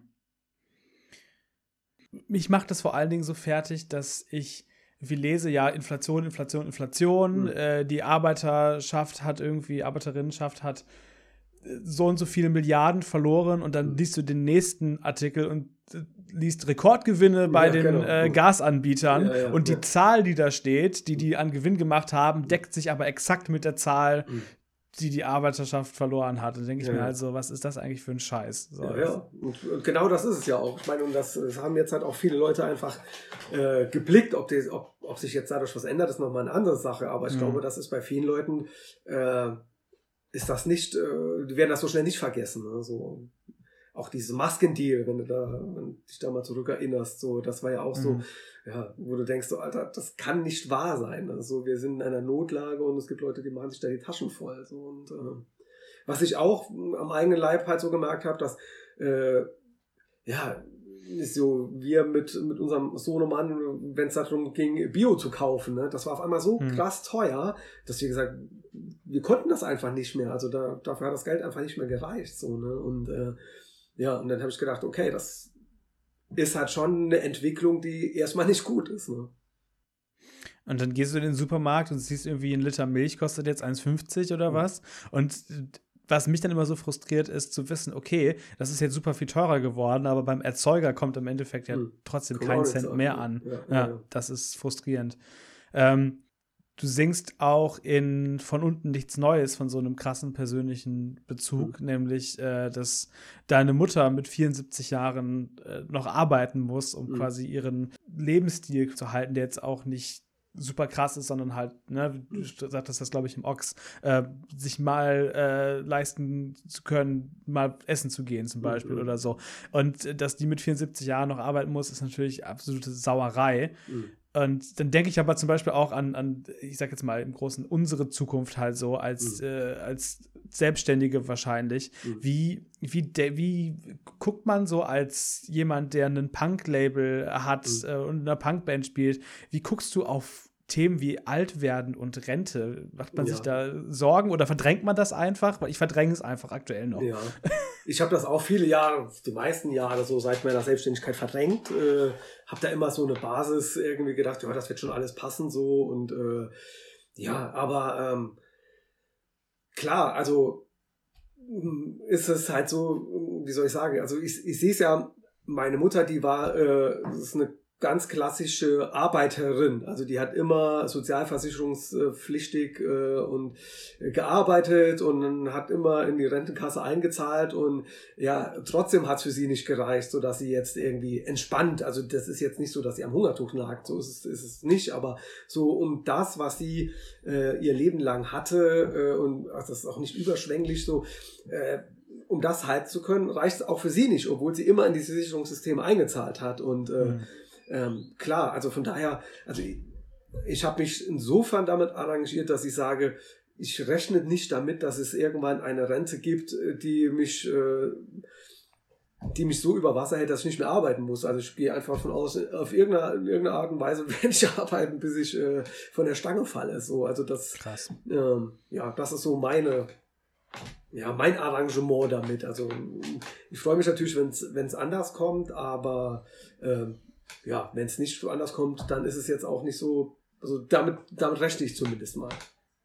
Mich macht das vor allen Dingen so fertig, dass ich wie lese, ja, Inflation. Die Arbeiterinnenschaft hat so und so viele Milliarden verloren, und dann liest du den nächsten Artikel und liest Rekordgewinne bei den Gasanbietern, und die Zahl, die da steht, die an Gewinn gemacht haben, deckt sich aber exakt mit der Zahl, die Arbeiterschaft verloren hat. Und denke ich mir halt so, was ist das eigentlich für ein Scheiß? So, Und genau das ist es ja auch. Ich meine, und das haben jetzt halt auch viele Leute einfach geblickt, ob sich jetzt dadurch was ändert, ist nochmal eine andere Sache. Aber ich glaube, das ist bei vielen Leuten, ist das nicht, die werden das so schnell nicht vergessen. Ne? So, auch diese Maskendeal, wenn du dich da mal zurückerinnerst, so, das war ja auch so, wo du denkst, so, Alter, das kann nicht wahr sein. Also wir sind in einer Notlage und es gibt Leute, die machen sich da die Taschen voll. So, und was ich auch am eigenen Leib halt so gemerkt habe, dass ist so, wir mit unserem Sohnemann, wenn es darum ging, Bio zu kaufen, ne, das war auf einmal so krass teuer, dass wir gesagt, wir konnten das einfach nicht mehr. Also dafür hat das Geld einfach nicht mehr gereicht. So, ne? Und und dann habe ich gedacht, okay, das ist halt schon eine Entwicklung, die erstmal nicht gut ist. Ne? Und dann gehst du in den Supermarkt und siehst irgendwie, 1 Liter Milch kostet jetzt 1,50 oder was. Und was mich dann immer so frustriert, ist zu wissen, okay, das ist jetzt super viel teurer geworden, aber beim Erzeuger kommt im Endeffekt ja trotzdem kein Cent mehr an. Ja, das ist frustrierend. Du singst auch in Von unten nichts Neues von so einem krassen persönlichen Bezug, nämlich, dass deine Mutter mit 74 Jahren noch arbeiten muss, um quasi ihren Lebensstil zu halten, der jetzt auch nicht super krass ist, sondern halt, ne, du sagtest das, glaube ich, im Ochs, sich mal leisten zu können, mal essen zu gehen zum Beispiel oder so. Und dass die mit 74 Jahren noch arbeiten muss, ist natürlich absolute Sauerei. Und dann denke ich aber zum Beispiel auch an, ich sag jetzt mal im Großen, unsere Zukunft halt so als Selbstständige wahrscheinlich. Wie guckt man so als jemand, der einen Punk-Label hat und in einer Punkband spielt, wie guckst du auf Themen wie Altwerden und Rente? Macht man sich da Sorgen oder verdrängt man das einfach? Weil ich verdränge es einfach aktuell noch. Ja, ich habe das auch viele Jahre, die meisten Jahre so seit meiner Selbstständigkeit verdrängt. Habe da immer so eine Basis irgendwie gedacht, ja, das wird schon alles passen so. Und aber klar, also ist es halt so, wie soll ich sagen, also ich sehe es ja, meine Mutter, die war, das ist eine ganz klassische Arbeiterin, also die hat immer sozialversicherungspflichtig und gearbeitet und hat immer in die Rentenkasse eingezahlt, und ja, trotzdem hat es für sie nicht gereicht, so dass sie jetzt irgendwie entspannt, also das ist jetzt nicht so, dass sie am Hungertuch nagt, so ist es nicht, aber so um das, was sie ihr Leben lang hatte, und das ist auch nicht überschwänglich so, um das halten zu können, reicht es auch für sie nicht, obwohl sie immer in diese Sicherungssysteme eingezahlt hat. Und klar, also von daher, also ich habe mich insofern damit arrangiert, dass ich sage, ich rechne nicht damit, dass es irgendwann eine Rente gibt, die mich so über Wasser hält, dass ich nicht mehr arbeiten muss. Also ich gehe einfach davon aus, auf irgendeine Art und Weise werde ich arbeiten, bis ich von der Stange falle. So, also das, krass. Das ist so mein Arrangement damit. Also ich freue mich natürlich, wenn es anders kommt, aber wenn es nicht so anders kommt, dann ist es jetzt auch nicht so, also damit rechne ich zumindest mal.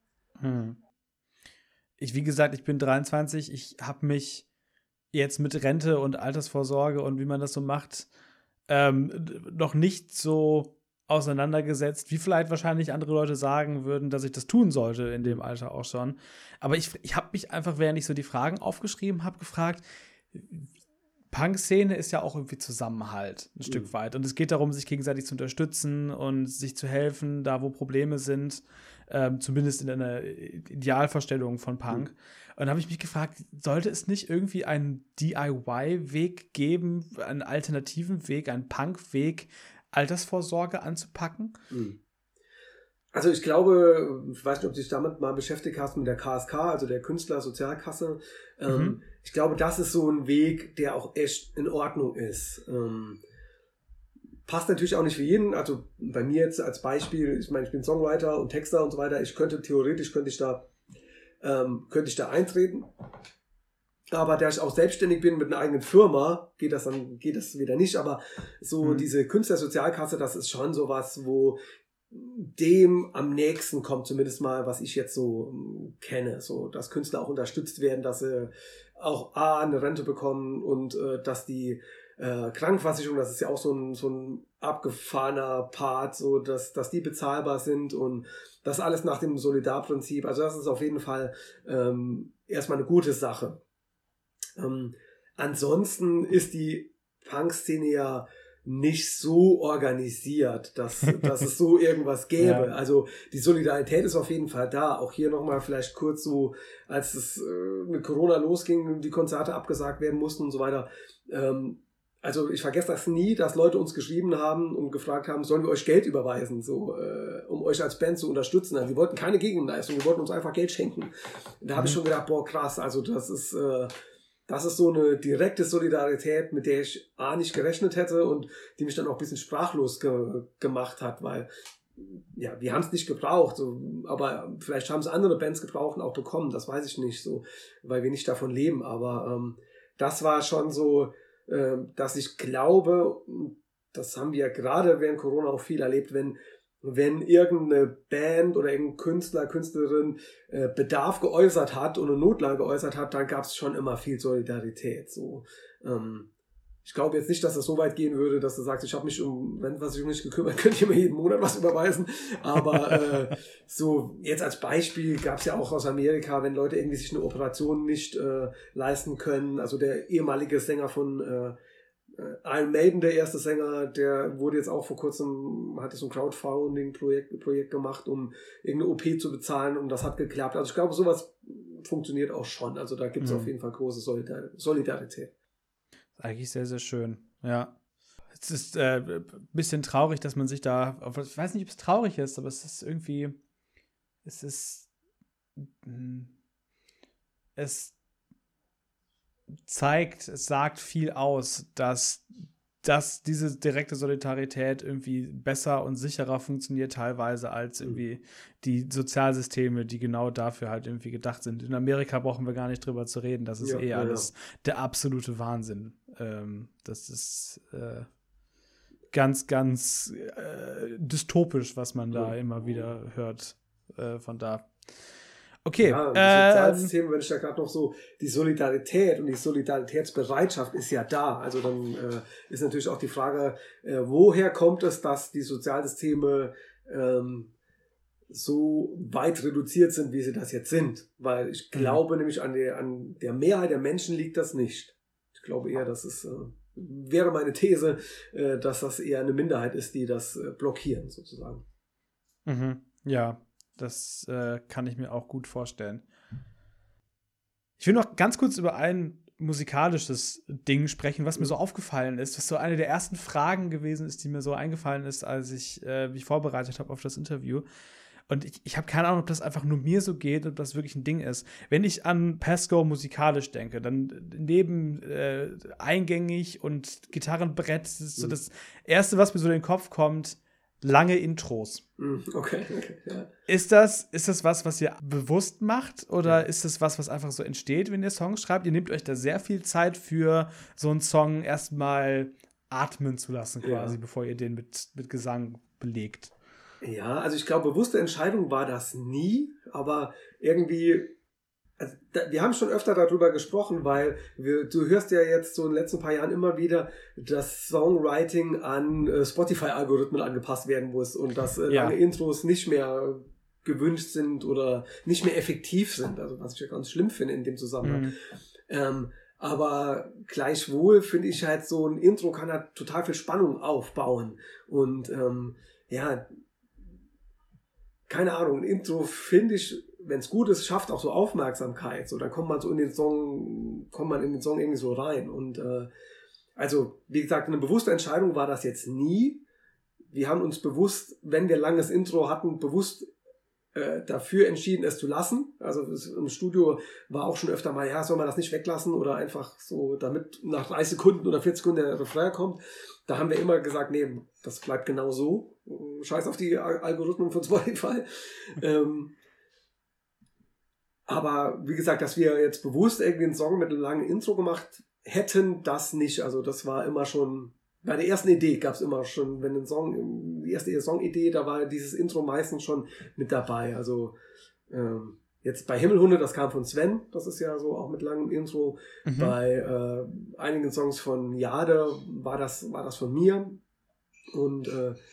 Wie gesagt, ich bin 23, ich habe mich jetzt mit Rente und Altersvorsorge und wie man das so macht, noch nicht so auseinandergesetzt, wie vielleicht wahrscheinlich andere Leute sagen würden, dass ich das tun sollte in dem Alter auch schon. Aber ich habe mich einfach, während ich so die Fragen aufgeschrieben habe, gefragt, Punk-Szene ist ja auch irgendwie Zusammenhalt, ein Stück weit. Und es geht darum, sich gegenseitig zu unterstützen und sich zu helfen, da wo Probleme sind, zumindest in einer Idealvorstellung von Punk. Und dann habe ich mich gefragt, sollte es nicht irgendwie einen DIY-Weg geben, einen alternativen Weg, einen Punk-Weg, Altersvorsorge anzupacken? Also ich glaube, ich weiß nicht, ob du dich damit mal beschäftigt hast mit der KSK, also der Künstlersozialkasse. Ich glaube, das ist so ein Weg, der auch echt in Ordnung ist. Passt natürlich auch nicht für jeden. Also bei mir jetzt als Beispiel, ich meine, ich bin Songwriter und Texter und so weiter. Theoretisch könnte ich da eintreten. Aber da ich auch selbstständig bin mit einer eigenen Firma, geht das wieder nicht. Aber so diese Künstlersozialkasse, das ist schon sowas, wo dem am nächsten kommt, zumindest mal, was ich jetzt so kenne. So, dass Künstler auch unterstützt werden, dass sie auch eine Rente bekommen und dass die Krankenversicherung, das ist ja auch so ein abgefahrener Part, so dass die bezahlbar sind und das alles nach dem Solidarprinzip. Also das ist auf jeden Fall erstmal eine gute Sache. Ansonsten ist die Punk-Szene ja nicht so organisiert, dass es so irgendwas gäbe. Ja. Also die Solidarität ist auf jeden Fall da. Auch hier nochmal vielleicht kurz so, als es mit Corona losging und die Konzerte abgesagt werden mussten und so weiter. Also ich vergesse das nie, dass Leute uns geschrieben haben und gefragt haben, sollen wir euch Geld überweisen, so um euch als Band zu unterstützen. Also die wollten keine Gegenleistung, die wollten uns einfach Geld schenken. Da habe ich schon gedacht, boah krass, also das ist so eine direkte Solidarität, mit der ich nicht gerechnet hätte und die mich dann auch ein bisschen sprachlos gemacht hat, weil ja, wir haben es nicht gebraucht, so, aber vielleicht haben es andere Bands gebraucht und auch bekommen, das weiß ich nicht, so, weil wir nicht davon leben, aber das war schon so, dass ich glaube, das haben wir gerade während Corona auch viel erlebt, wenn irgendeine Band oder irgendein Künstler, Künstlerin Bedarf geäußert hat und eine Notlage geäußert hat, dann gab es schon immer viel Solidarität. So, ich glaube jetzt nicht, dass das so weit gehen würde, dass du sagst, ich habe mich um Rentenversicherung nicht gekümmert, könnte ich mir jeden Monat was überweisen. Aber so jetzt als Beispiel gab es ja auch aus Amerika, wenn Leute irgendwie sich eine Operation nicht leisten können. Also der ehemalige Sänger von Iron Maiden, der erste Sänger, der wurde jetzt auch vor kurzem, hatte so ein Crowdfunding-Projekt gemacht, um irgendeine OP zu bezahlen und das hat geklappt. Also ich glaube, sowas funktioniert auch schon. Also da gibt es auf jeden Fall große Solidarität. Eigentlich sehr, sehr schön, ja. Es ist ein bisschen traurig, dass man sich da, ich weiß nicht, ob es traurig ist, aber es ist irgendwie, es sagt viel aus, dass diese direkte Solidarität irgendwie besser und sicherer funktioniert teilweise als irgendwie die Sozialsysteme, die genau dafür halt irgendwie gedacht sind. In Amerika brauchen wir gar nicht drüber zu reden, das ist alles der absolute Wahnsinn. Das ist ganz, ganz dystopisch, was man da immer wieder hört von da. Okay. Ja, das Sozialsystem, wenn ich da gerade noch so, die Solidarität und die Solidaritätsbereitschaft ist ja da. Also dann ist natürlich auch die Frage, woher kommt es, dass die Sozialsysteme so weit reduziert sind, wie sie das jetzt sind? Weil ich glaube nämlich an der Mehrheit der Menschen liegt das nicht. Ich glaube eher, dass es wäre meine These, dass das eher eine Minderheit ist, die das blockieren sozusagen. Ja. Das kann ich mir auch gut vorstellen. Ich will noch ganz kurz über ein musikalisches Ding sprechen, was mir so aufgefallen ist, was so eine der ersten Fragen gewesen ist, die mir so eingefallen ist, als ich mich vorbereitet habe auf das Interview. Und ich habe keine Ahnung, ob das einfach nur mir so geht, ob das wirklich ein Ding ist. Wenn ich an Pasco musikalisch denke, dann neben eingängig und Gitarrenbrett, das ist so das Erste, was mir so in den Kopf kommt, lange Intros. Okay, ja. Ist das was ihr bewusst macht oder ist das was einfach so entsteht, wenn ihr Songs schreibt? Ihr nehmt euch da sehr viel Zeit für, so einen Song erstmal atmen zu lassen quasi, bevor ihr den mit Gesang belegt. Ja, also ich glaube, bewusste Entscheidung war das nie, aber irgendwie Also wir haben schon öfter darüber gesprochen, weil du hörst ja jetzt so in den letzten paar Jahren immer wieder, dass Songwriting an Spotify-Algorithmen angepasst werden muss und dass lange Intros nicht mehr gewünscht sind oder nicht mehr effektiv sind, also was ich ja ganz schlimm finde in dem Zusammenhang. Aber gleichwohl finde ich halt, so ein Intro kann halt total viel Spannung aufbauen und keine Ahnung, ein Intro finde ich, wenn es gut ist, schafft auch so Aufmerksamkeit. So, dann kommt man in den Song irgendwie so rein. Und also, wie gesagt, eine bewusste Entscheidung war das jetzt nie. Wir haben uns bewusst, wenn wir langes Intro hatten, bewusst dafür entschieden, es zu lassen. Also im Studio war auch schon öfter mal, soll man das nicht weglassen oder einfach so, damit nach 30 Sekunden oder 40 Sekunden der Refrain kommt. Da haben wir immer gesagt, nee, das bleibt genau so. Scheiß auf die Algorithmen von Spotify. Aber wie gesagt, dass wir jetzt bewusst irgendwie einen Song mit einem langen Intro gemacht hätten, das nicht. Also das war immer schon, bei der ersten Idee gab es immer schon, wenn die erste Songidee, da war dieses Intro meistens schon mit dabei. Also jetzt bei Himmelhunde, das kam von Sven, das ist ja so auch mit langem Intro. Bei einigen Songs von Jade war das von mir. Und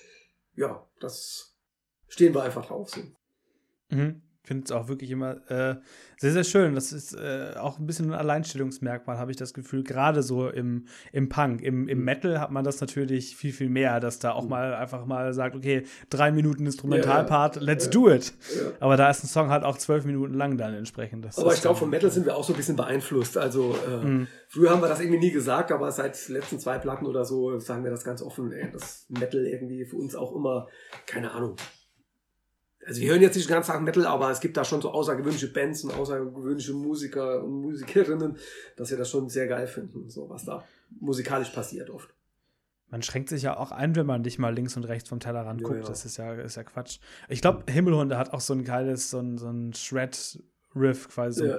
das stehen wir einfach drauf. So. Ich finde es auch wirklich immer sehr, sehr schön. Das ist auch ein bisschen ein Alleinstellungsmerkmal, habe ich das Gefühl. Gerade so im Punk. Im Metal hat man das natürlich viel, viel mehr, dass da auch mal einfach mal sagt, okay, 3 Minuten Instrumentalpart, let's do it. Ja. Aber da ist ein Song halt auch 12 Minuten lang dann entsprechend. Aber ich glaube, vom Metal sind wir auch so ein bisschen beeinflusst. Also früher haben wir das irgendwie nie gesagt, aber seit den letzten 2 Platten oder so sagen wir das ganz offen. Das Metal irgendwie für uns auch immer, keine Ahnung. Also wir hören jetzt nicht den ganzen Tag Metal, aber es gibt da schon so außergewöhnliche Bands und außergewöhnliche Musiker und Musikerinnen, dass wir das schon sehr geil finden, so was da musikalisch passiert oft. Man schränkt sich ja auch ein, wenn man nicht mal links und rechts vom Tellerrand guckt. Ja. Das ist ja Quatsch. Ich glaube, Himmelhunde hat auch so ein geiles, so ein Shred-Riff quasi. So. Ja.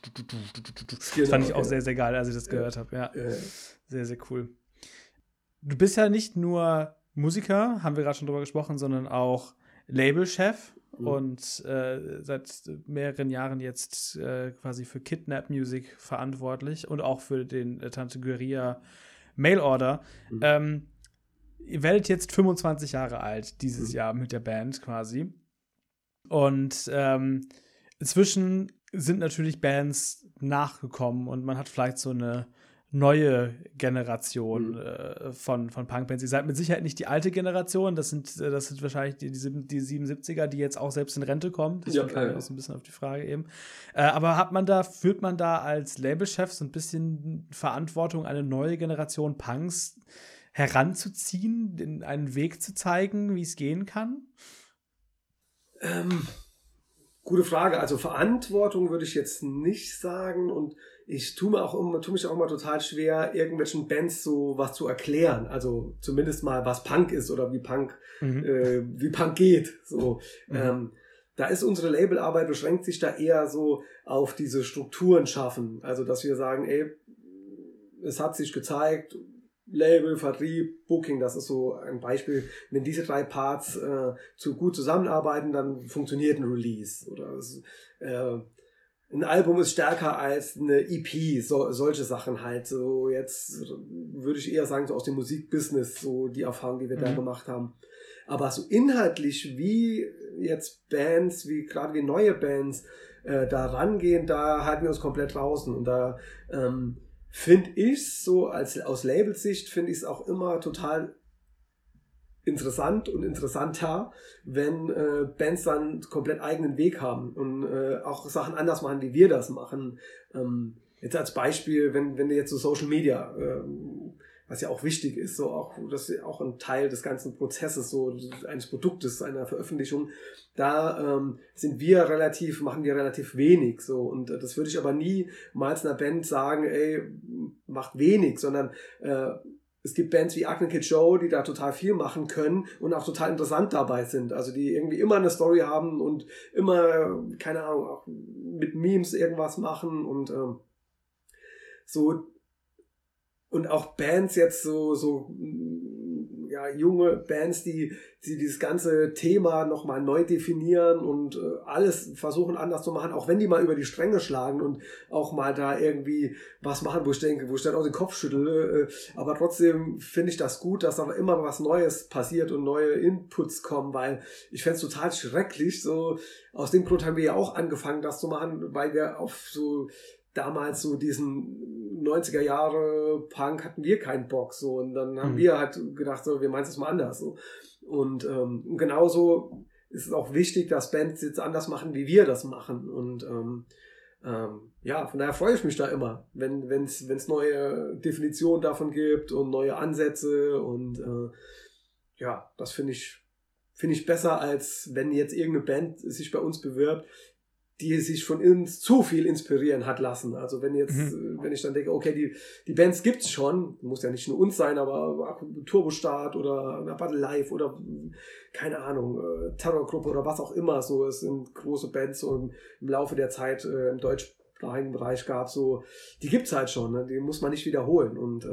Das fand ich auch sehr, sehr geil, als ich das gehört habe. Ja. Sehr, sehr cool. Du bist ja nicht nur Musiker, haben wir gerade schon drüber gesprochen, sondern auch Labelchef und seit mehreren Jahren jetzt quasi für Kidnap Music verantwortlich und auch für den Tante Guerilla Mailorder. Ihr werdet jetzt 25 Jahre alt dieses Jahr mit der Band quasi. Und inzwischen sind natürlich Bands nachgekommen und man hat vielleicht so eine neue Generation von Punkbands. Ihr seid mit Sicherheit nicht die alte Generation, das sind wahrscheinlich die 77er, die jetzt auch selbst in Rente kommen. Das kam auch so ein bisschen auf die Frage eben. Aber fühlt man da als Labelchef so ein bisschen Verantwortung, eine neue Generation Punks heranzuziehen, einen Weg zu zeigen, wie es gehen kann? Gute Frage. Also Verantwortung würde ich jetzt nicht sagen und ich tue mich auch immer total schwer, irgendwelchen Bands so was zu erklären. Also zumindest mal, was Punk ist oder wie Punk geht. So, da ist unsere Labelarbeit, beschränkt sich da eher so auf diese Strukturen schaffen. Also dass wir sagen, es hat sich gezeigt, Label, Vertrieb, Booking, das ist so ein Beispiel. Wenn diese 3 Parts gut zusammenarbeiten, dann funktioniert ein Release. Oder ein Album ist stärker als eine EP, solche Sachen halt. So jetzt würde ich eher sagen, so aus dem Musikbusiness, so die Erfahrung, die wir da gemacht haben. Aber so inhaltlich, wie jetzt Bands, gerade wie neue Bands da rangehen, da halten wir uns komplett draußen. Und da finde ich so, aus Labelsicht finde ich es auch immer total interessant und interessanter, wenn Bands dann komplett eigenen Weg haben und auch Sachen anders machen, wie wir das machen. Jetzt als Beispiel, wenn du jetzt so Social Media, was ja auch wichtig ist, so auch, das ist auch ein Teil des ganzen Prozesses, so eines Produktes, einer Veröffentlichung, da machen wir relativ wenig, so, und das würde ich aber niemals einer Band sagen, macht wenig, sondern es gibt Bands wie Acne Kid Joe, die da total viel machen können und auch total interessant dabei sind. Also die irgendwie immer eine Story haben und immer, keine Ahnung, auch mit Memes irgendwas machen und so. Und auch Bands jetzt so junge Bands, die dieses ganze Thema nochmal neu definieren und alles versuchen anders zu machen, auch wenn die mal über die Stränge schlagen und auch mal da irgendwie was machen, wo ich dann auch den Kopf schüttle. Aber trotzdem finde ich das gut, dass aber immer was Neues passiert und neue Inputs kommen, weil ich fände es total schrecklich. So, aus dem Grund haben wir ja auch angefangen, das zu machen, weil wir auf so damals so diesen 90er Jahre Punk hatten wir keinen Bock, so, und dann haben wir halt gedacht, so, wir meinen es mal anders, so. Und genauso ist es auch wichtig, dass Bands jetzt anders machen, wie wir das machen. Und ja, von daher freue ich mich da immer, wenn es neue Definitionen davon gibt und neue Ansätze, und ja, das finde ich besser, als wenn jetzt irgendeine Band sich bei uns bewirbt, die sich von uns zu viel inspirieren hat lassen. Also wenn ich dann denke, okay, die Bands gibt's schon, muss ja nicht nur uns sein, aber Turbostart oder Battle Live oder keine Ahnung, Terrorgruppe oder was auch immer, so, es sind große Bands so im Laufe der Zeit im deutschsprachigen Bereich gab, so, die gibt's halt schon, ne? Die muss man nicht wiederholen, und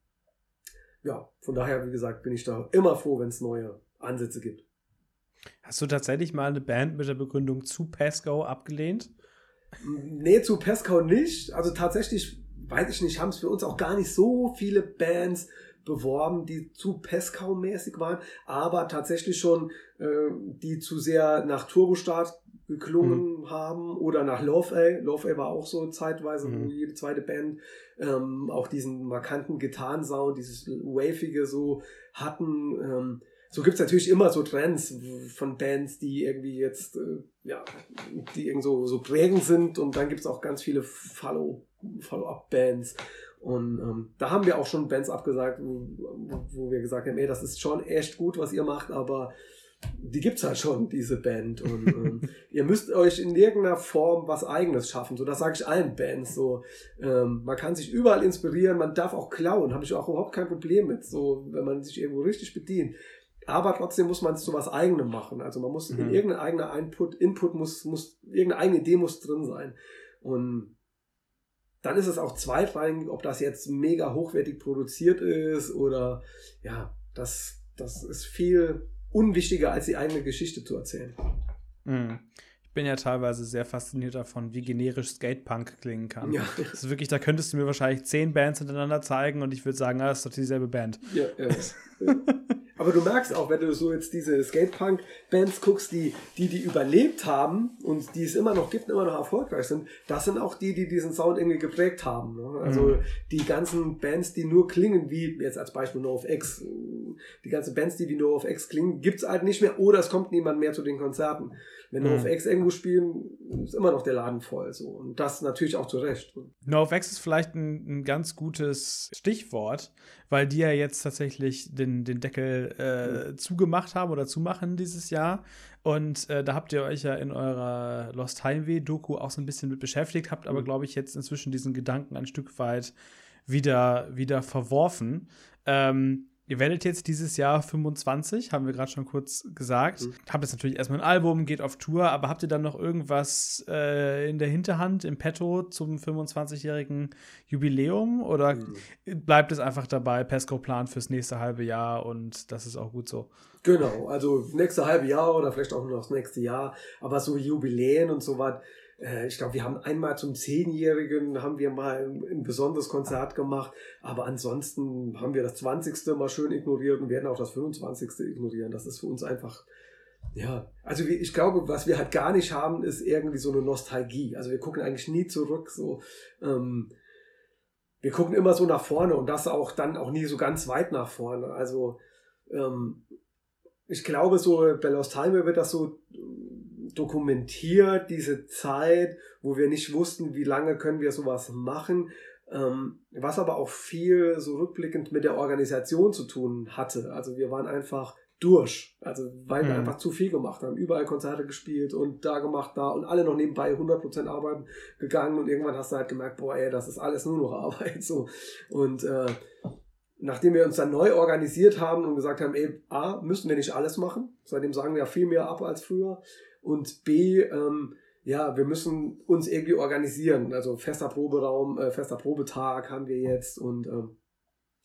ja, von daher, wie gesagt, bin ich da immer froh, wenn es neue Ansätze gibt. Hast du tatsächlich mal eine Band mit der Begründung zu Pascoe abgelehnt? Nee, zu Pascoe nicht. Also tatsächlich, weiß ich nicht, haben es für uns auch gar nicht so viele Bands beworben, die zu Pascoe-mäßig waren, aber tatsächlich schon, die zu sehr nach Turbostart geklungen haben oder nach Love A. Love A war auch so zeitweise, wo jede zweite Band auch diesen markanten Gitarrensound, dieses Wavige so hatten. So gibt's natürlich immer so Trends von Bands, die irgendwie jetzt, die irgendwie so prägend sind, und dann gibt's auch ganz viele Follow-up-Bands. Und da haben wir auch schon Bands abgesagt, wo wir gesagt haben, ey, das ist schon echt gut, was ihr macht, aber die gibt's halt schon, diese Band. Und ihr müsst euch in irgendeiner Form was Eigenes schaffen. So, das sage ich allen Bands. So, man kann sich überall inspirieren, man darf auch klauen, habe ich auch überhaupt kein Problem mit, so, wenn man sich irgendwo richtig bedient. Aber trotzdem muss man es zu was Eigenem machen. Also man muss in irgendein eigener Input muss irgendeine eigene Idee muss drin sein. Und dann ist es auch zweitrangig, ob das jetzt mega hochwertig produziert ist oder, ja, das ist viel unwichtiger, als die eigene Geschichte zu erzählen. Ich bin ja teilweise sehr fasziniert davon, wie generisch Skatepunk klingen kann. Ja. Das ist wirklich, da könntest du mir wahrscheinlich 10 Bands hintereinander zeigen und ich würde sagen, das ist doch dieselbe Band. Ja. Aber du merkst auch, wenn du so jetzt diese Skatepunk-Bands guckst, die überlebt haben und die es immer noch gibt, immer noch erfolgreich sind, das sind auch die diesen Sound irgendwie geprägt haben. Ne? Also die ganzen Bands, die nur klingen wie, jetzt als Beispiel NoFX, die ganzen Bands, die wie NoFX klingen, gibt's halt nicht mehr, oder es kommt niemand mehr zu den Konzerten. Wenn NoFX irgendwo spielen, ist immer noch der Laden voll. So. Und das natürlich auch zu Recht. NoFX ist vielleicht ein ganz gutes Stichwort, weil die ja jetzt tatsächlich den Deckel zugemacht haben oder zumachen dieses Jahr. Und da habt ihr euch ja in eurer Lost Highway-Doku auch so ein bisschen mit beschäftigt, habt aber, glaube ich, jetzt inzwischen diesen Gedanken ein Stück weit wieder verworfen. Ihr werdet jetzt dieses Jahr 25, haben wir gerade schon kurz gesagt. Habt jetzt natürlich erstmal ein Album, geht auf Tour, aber habt ihr dann noch irgendwas in der Hinterhand, im Petto zum 25-jährigen Jubiläum? Oder bleibt es einfach dabei, Pascoe-Plan fürs nächste halbe Jahr, und das ist auch gut so? Genau, also nächste halbe Jahr oder vielleicht auch noch das nächste Jahr, aber so Jubiläen und so was. Ich glaube, wir haben einmal zum 10-Jährigen haben wir mal ein besonderes Konzert gemacht, aber ansonsten haben wir das 20. mal schön ignoriert und werden auch das 25. ignorieren. Das ist für uns einfach, ja, also ich glaube, was wir halt gar nicht haben, ist irgendwie so eine Nostalgie. Also wir gucken eigentlich nie zurück, so, wir gucken immer so nach vorne, und das auch dann auch nie so ganz weit nach vorne. Also ich glaube, so bei Lost Highway wird das so dokumentiert, diese Zeit, wo wir nicht wussten, wie lange können wir sowas machen, was aber auch viel so rückblickend mit der Organisation zu tun hatte. Also wir waren einfach durch, also weil wir einfach zu viel gemacht haben, überall Konzerte gespielt und da gemacht, da, und alle noch nebenbei 100% arbeiten gegangen, und irgendwann hast du halt gemerkt, boah ey, das ist alles nur noch Arbeit, so. Und nachdem wir uns dann neu organisiert haben und gesagt haben, ey, A, müssen wir nicht alles machen, seitdem sagen wir ja viel mehr ab als früher, und B, ja, wir müssen uns irgendwie organisieren, also fester Proberaum, fester Probetag haben wir jetzt, und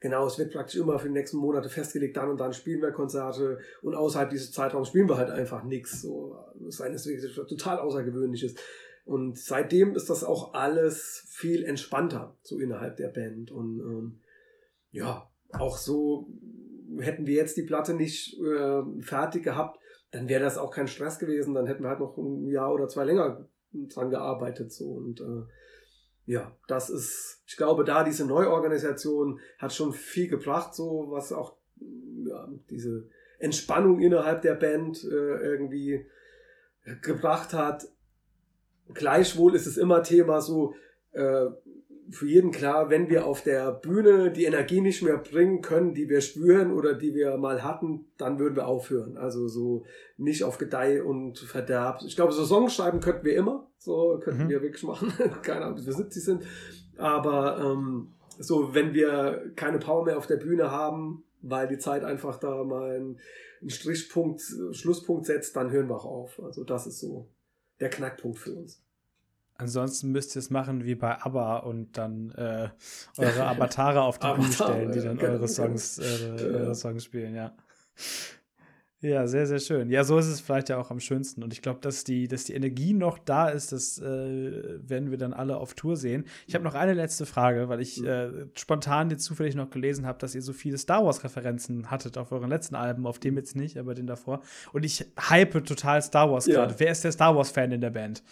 genau, es wird praktisch immer für die nächsten Monate festgelegt, dann und dann spielen wir Konzerte und außerhalb dieses Zeitraums spielen wir halt einfach nichts. So, das ist eines wirklich total Außergewöhnliches. Und seitdem ist das auch alles viel entspannter, so innerhalb der Band. Und ja, auch so, hätten wir jetzt die Platte nicht fertig gehabt, dann wäre das auch kein Stress gewesen. Dann hätten wir halt noch ein Jahr oder 2 länger dran gearbeitet. So. Und ja, das ist, ich glaube, da diese Neuorganisation hat schon viel gebracht, so was auch diese Entspannung innerhalb der Band irgendwie gebracht hat. Gleichwohl ist es immer Thema so, für jeden klar, wenn wir auf der Bühne die Energie nicht mehr bringen können, die wir spüren oder die wir mal hatten, dann würden wir aufhören. Also so nicht auf Gedeih und Verderb. Ich glaube, so Songs schreiben könnten wir immer. So könnten wir wirklich machen. Keine Ahnung, bis wir 70 sind. Aber so, wenn wir keine Power mehr auf der Bühne haben, weil die Zeit einfach da mal einen Strichpunkt, Schlusspunkt setzt, dann hören wir auch auf. Also das ist so der Knackpunkt für uns. Ansonsten müsst ihr es machen wie bei ABBA und dann eure Avatare auf die Bühne stellen, die dann eure Songs spielen, ja. Ja, sehr, sehr schön. Ja, so ist es vielleicht ja auch am schönsten. Und ich glaube, dass die Energie noch da ist, das werden wir dann alle auf Tour sehen. Ich habe noch eine letzte Frage, weil ich spontan jetzt zufällig noch gelesen habe, dass ihr so viele Star Wars-Referenzen hattet auf euren letzten Alben, auf dem jetzt nicht, aber den davor. Und ich hype total Star Wars gerade. Wer ist der Star Wars-Fan in der Band?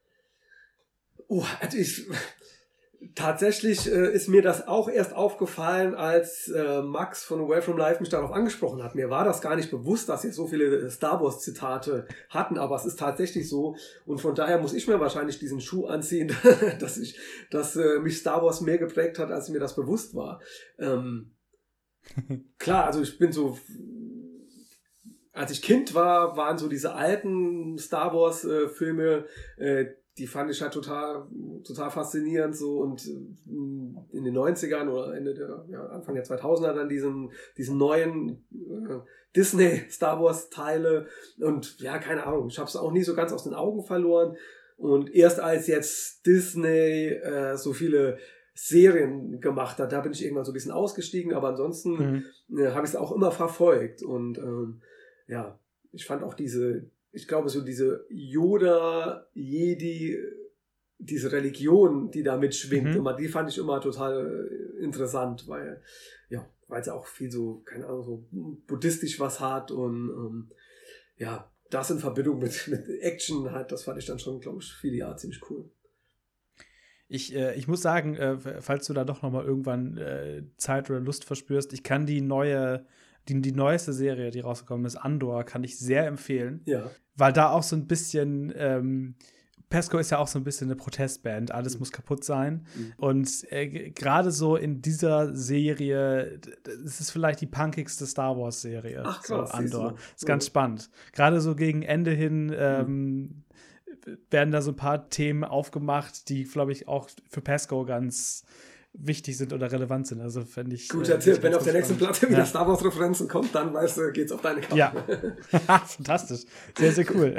Also tatsächlich ist mir das auch erst aufgefallen, als Max von Away From Life mich darauf angesprochen hat. Mir war das gar nicht bewusst, dass ihr so viele Star Wars Zitate hatten, aber es ist tatsächlich so. Und von daher muss ich mir wahrscheinlich diesen Schuh anziehen, dass mich Star Wars mehr geprägt hat, als mir das bewusst war. Klar, also ich bin so, als ich Kind war, waren so diese alten Star Wars Filme, die fand ich halt total faszinierend so, und in den 90ern oder Anfang der 2000er dann diesen neuen Disney Star Wars Teile, und ja, keine Ahnung, ich habe es auch nie so ganz aus den Augen verloren, und erst als jetzt Disney so viele Serien gemacht hat, da bin ich irgendwann so ein bisschen ausgestiegen, aber ansonsten habe ich es auch immer verfolgt, und ja, ich fand auch ich glaube, so diese Yoda-Jedi, diese Religion, die da mitschwingt, die fand ich immer total interessant, weil es auch viel so, keine Ahnung, so buddhistisch was hat, und ja, das in Verbindung mit Action halt, das fand ich dann schon, glaube ich, viele Jahre ziemlich cool. Ich muss sagen, falls du da doch noch mal irgendwann Zeit oder Lust verspürst, ich kann die neueste Serie, die rausgekommen ist, Andor, kann ich sehr empfehlen. Ja. Weil da auch so ein bisschen, Pesco ist ja auch so ein bisschen eine Protestband, alles muss kaputt sein. Und gerade so in dieser Serie, das ist vielleicht die punkigste Star Wars Serie. Ach krass, so Andor. Das ist ganz spannend. Gerade so gegen Ende hin werden da so ein paar Themen aufgemacht, die, glaube ich, auch für Pesco ganz wichtig sind oder relevant sind. Also fände ich. Guter Tipp, wenn auf der nächsten Platte wieder Star Wars-Referenzen kommt, dann weißt du, geht's auf deine Kappe. Ja. Fantastisch. Sehr, sehr cool.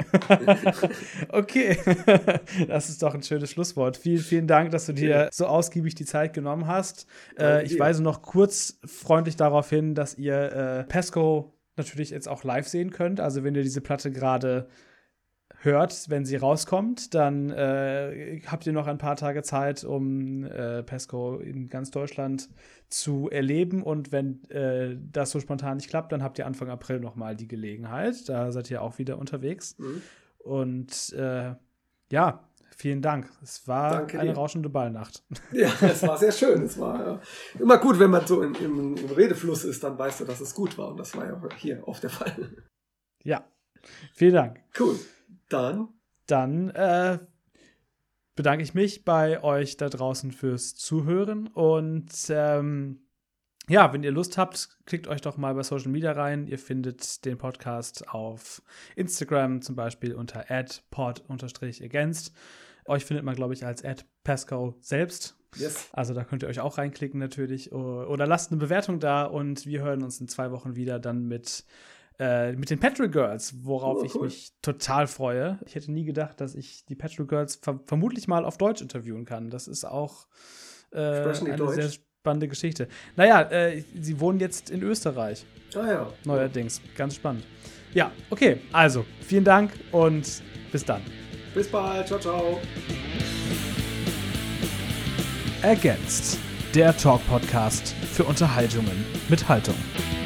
Okay. Das ist doch ein schönes Schlusswort. Vielen, vielen Dank, dass du dir so ausgiebig die Zeit genommen hast. Ich weise noch kurz freundlich darauf hin, dass ihr Pesco natürlich jetzt auch live sehen könnt. Also wenn ihr diese Platte gerade hört, wenn sie rauskommt, dann habt ihr noch ein paar Tage Zeit, um Pesco in ganz Deutschland zu erleben, und wenn das so spontan nicht klappt, dann habt ihr Anfang April noch mal die Gelegenheit. Da seid ihr auch wieder unterwegs. Und ja, vielen Dank. Es war eine rauschende Ballnacht. Ja, es war sehr schön. Es war immer gut, wenn man so im Redefluss ist, dann weißt du, dass es gut war, und das war ja hier oft der Fall. Ja, vielen Dank. Cool. Dann bedanke ich mich bei euch da draußen fürs Zuhören, und wenn ihr Lust habt, klickt euch doch mal bei Social Media rein. Ihr findet den Podcast auf Instagram zum Beispiel unter @pod_against. Euch findet man, glaube ich, als @Pesco selbst. Yes. Also da könnt ihr euch auch reinklicken natürlich, oder lasst eine Bewertung da, und wir hören uns in 2 Wochen wieder dann mit den Petrol Girls, worauf ich mich total freue. Ich hätte nie gedacht, dass ich die Petrol Girls vermutlich mal auf Deutsch interviewen kann. Das ist auch Sprechen die Deutsch? spannende Geschichte. Naja, sie wohnen jetzt in Österreich. Ah ja. Neuerdings. Ganz spannend. Ja, okay. Also, vielen Dank und bis dann. Bis bald. Ciao, ciao. Ergänzt. Der Talk-Podcast für Unterhaltungen mit Haltung.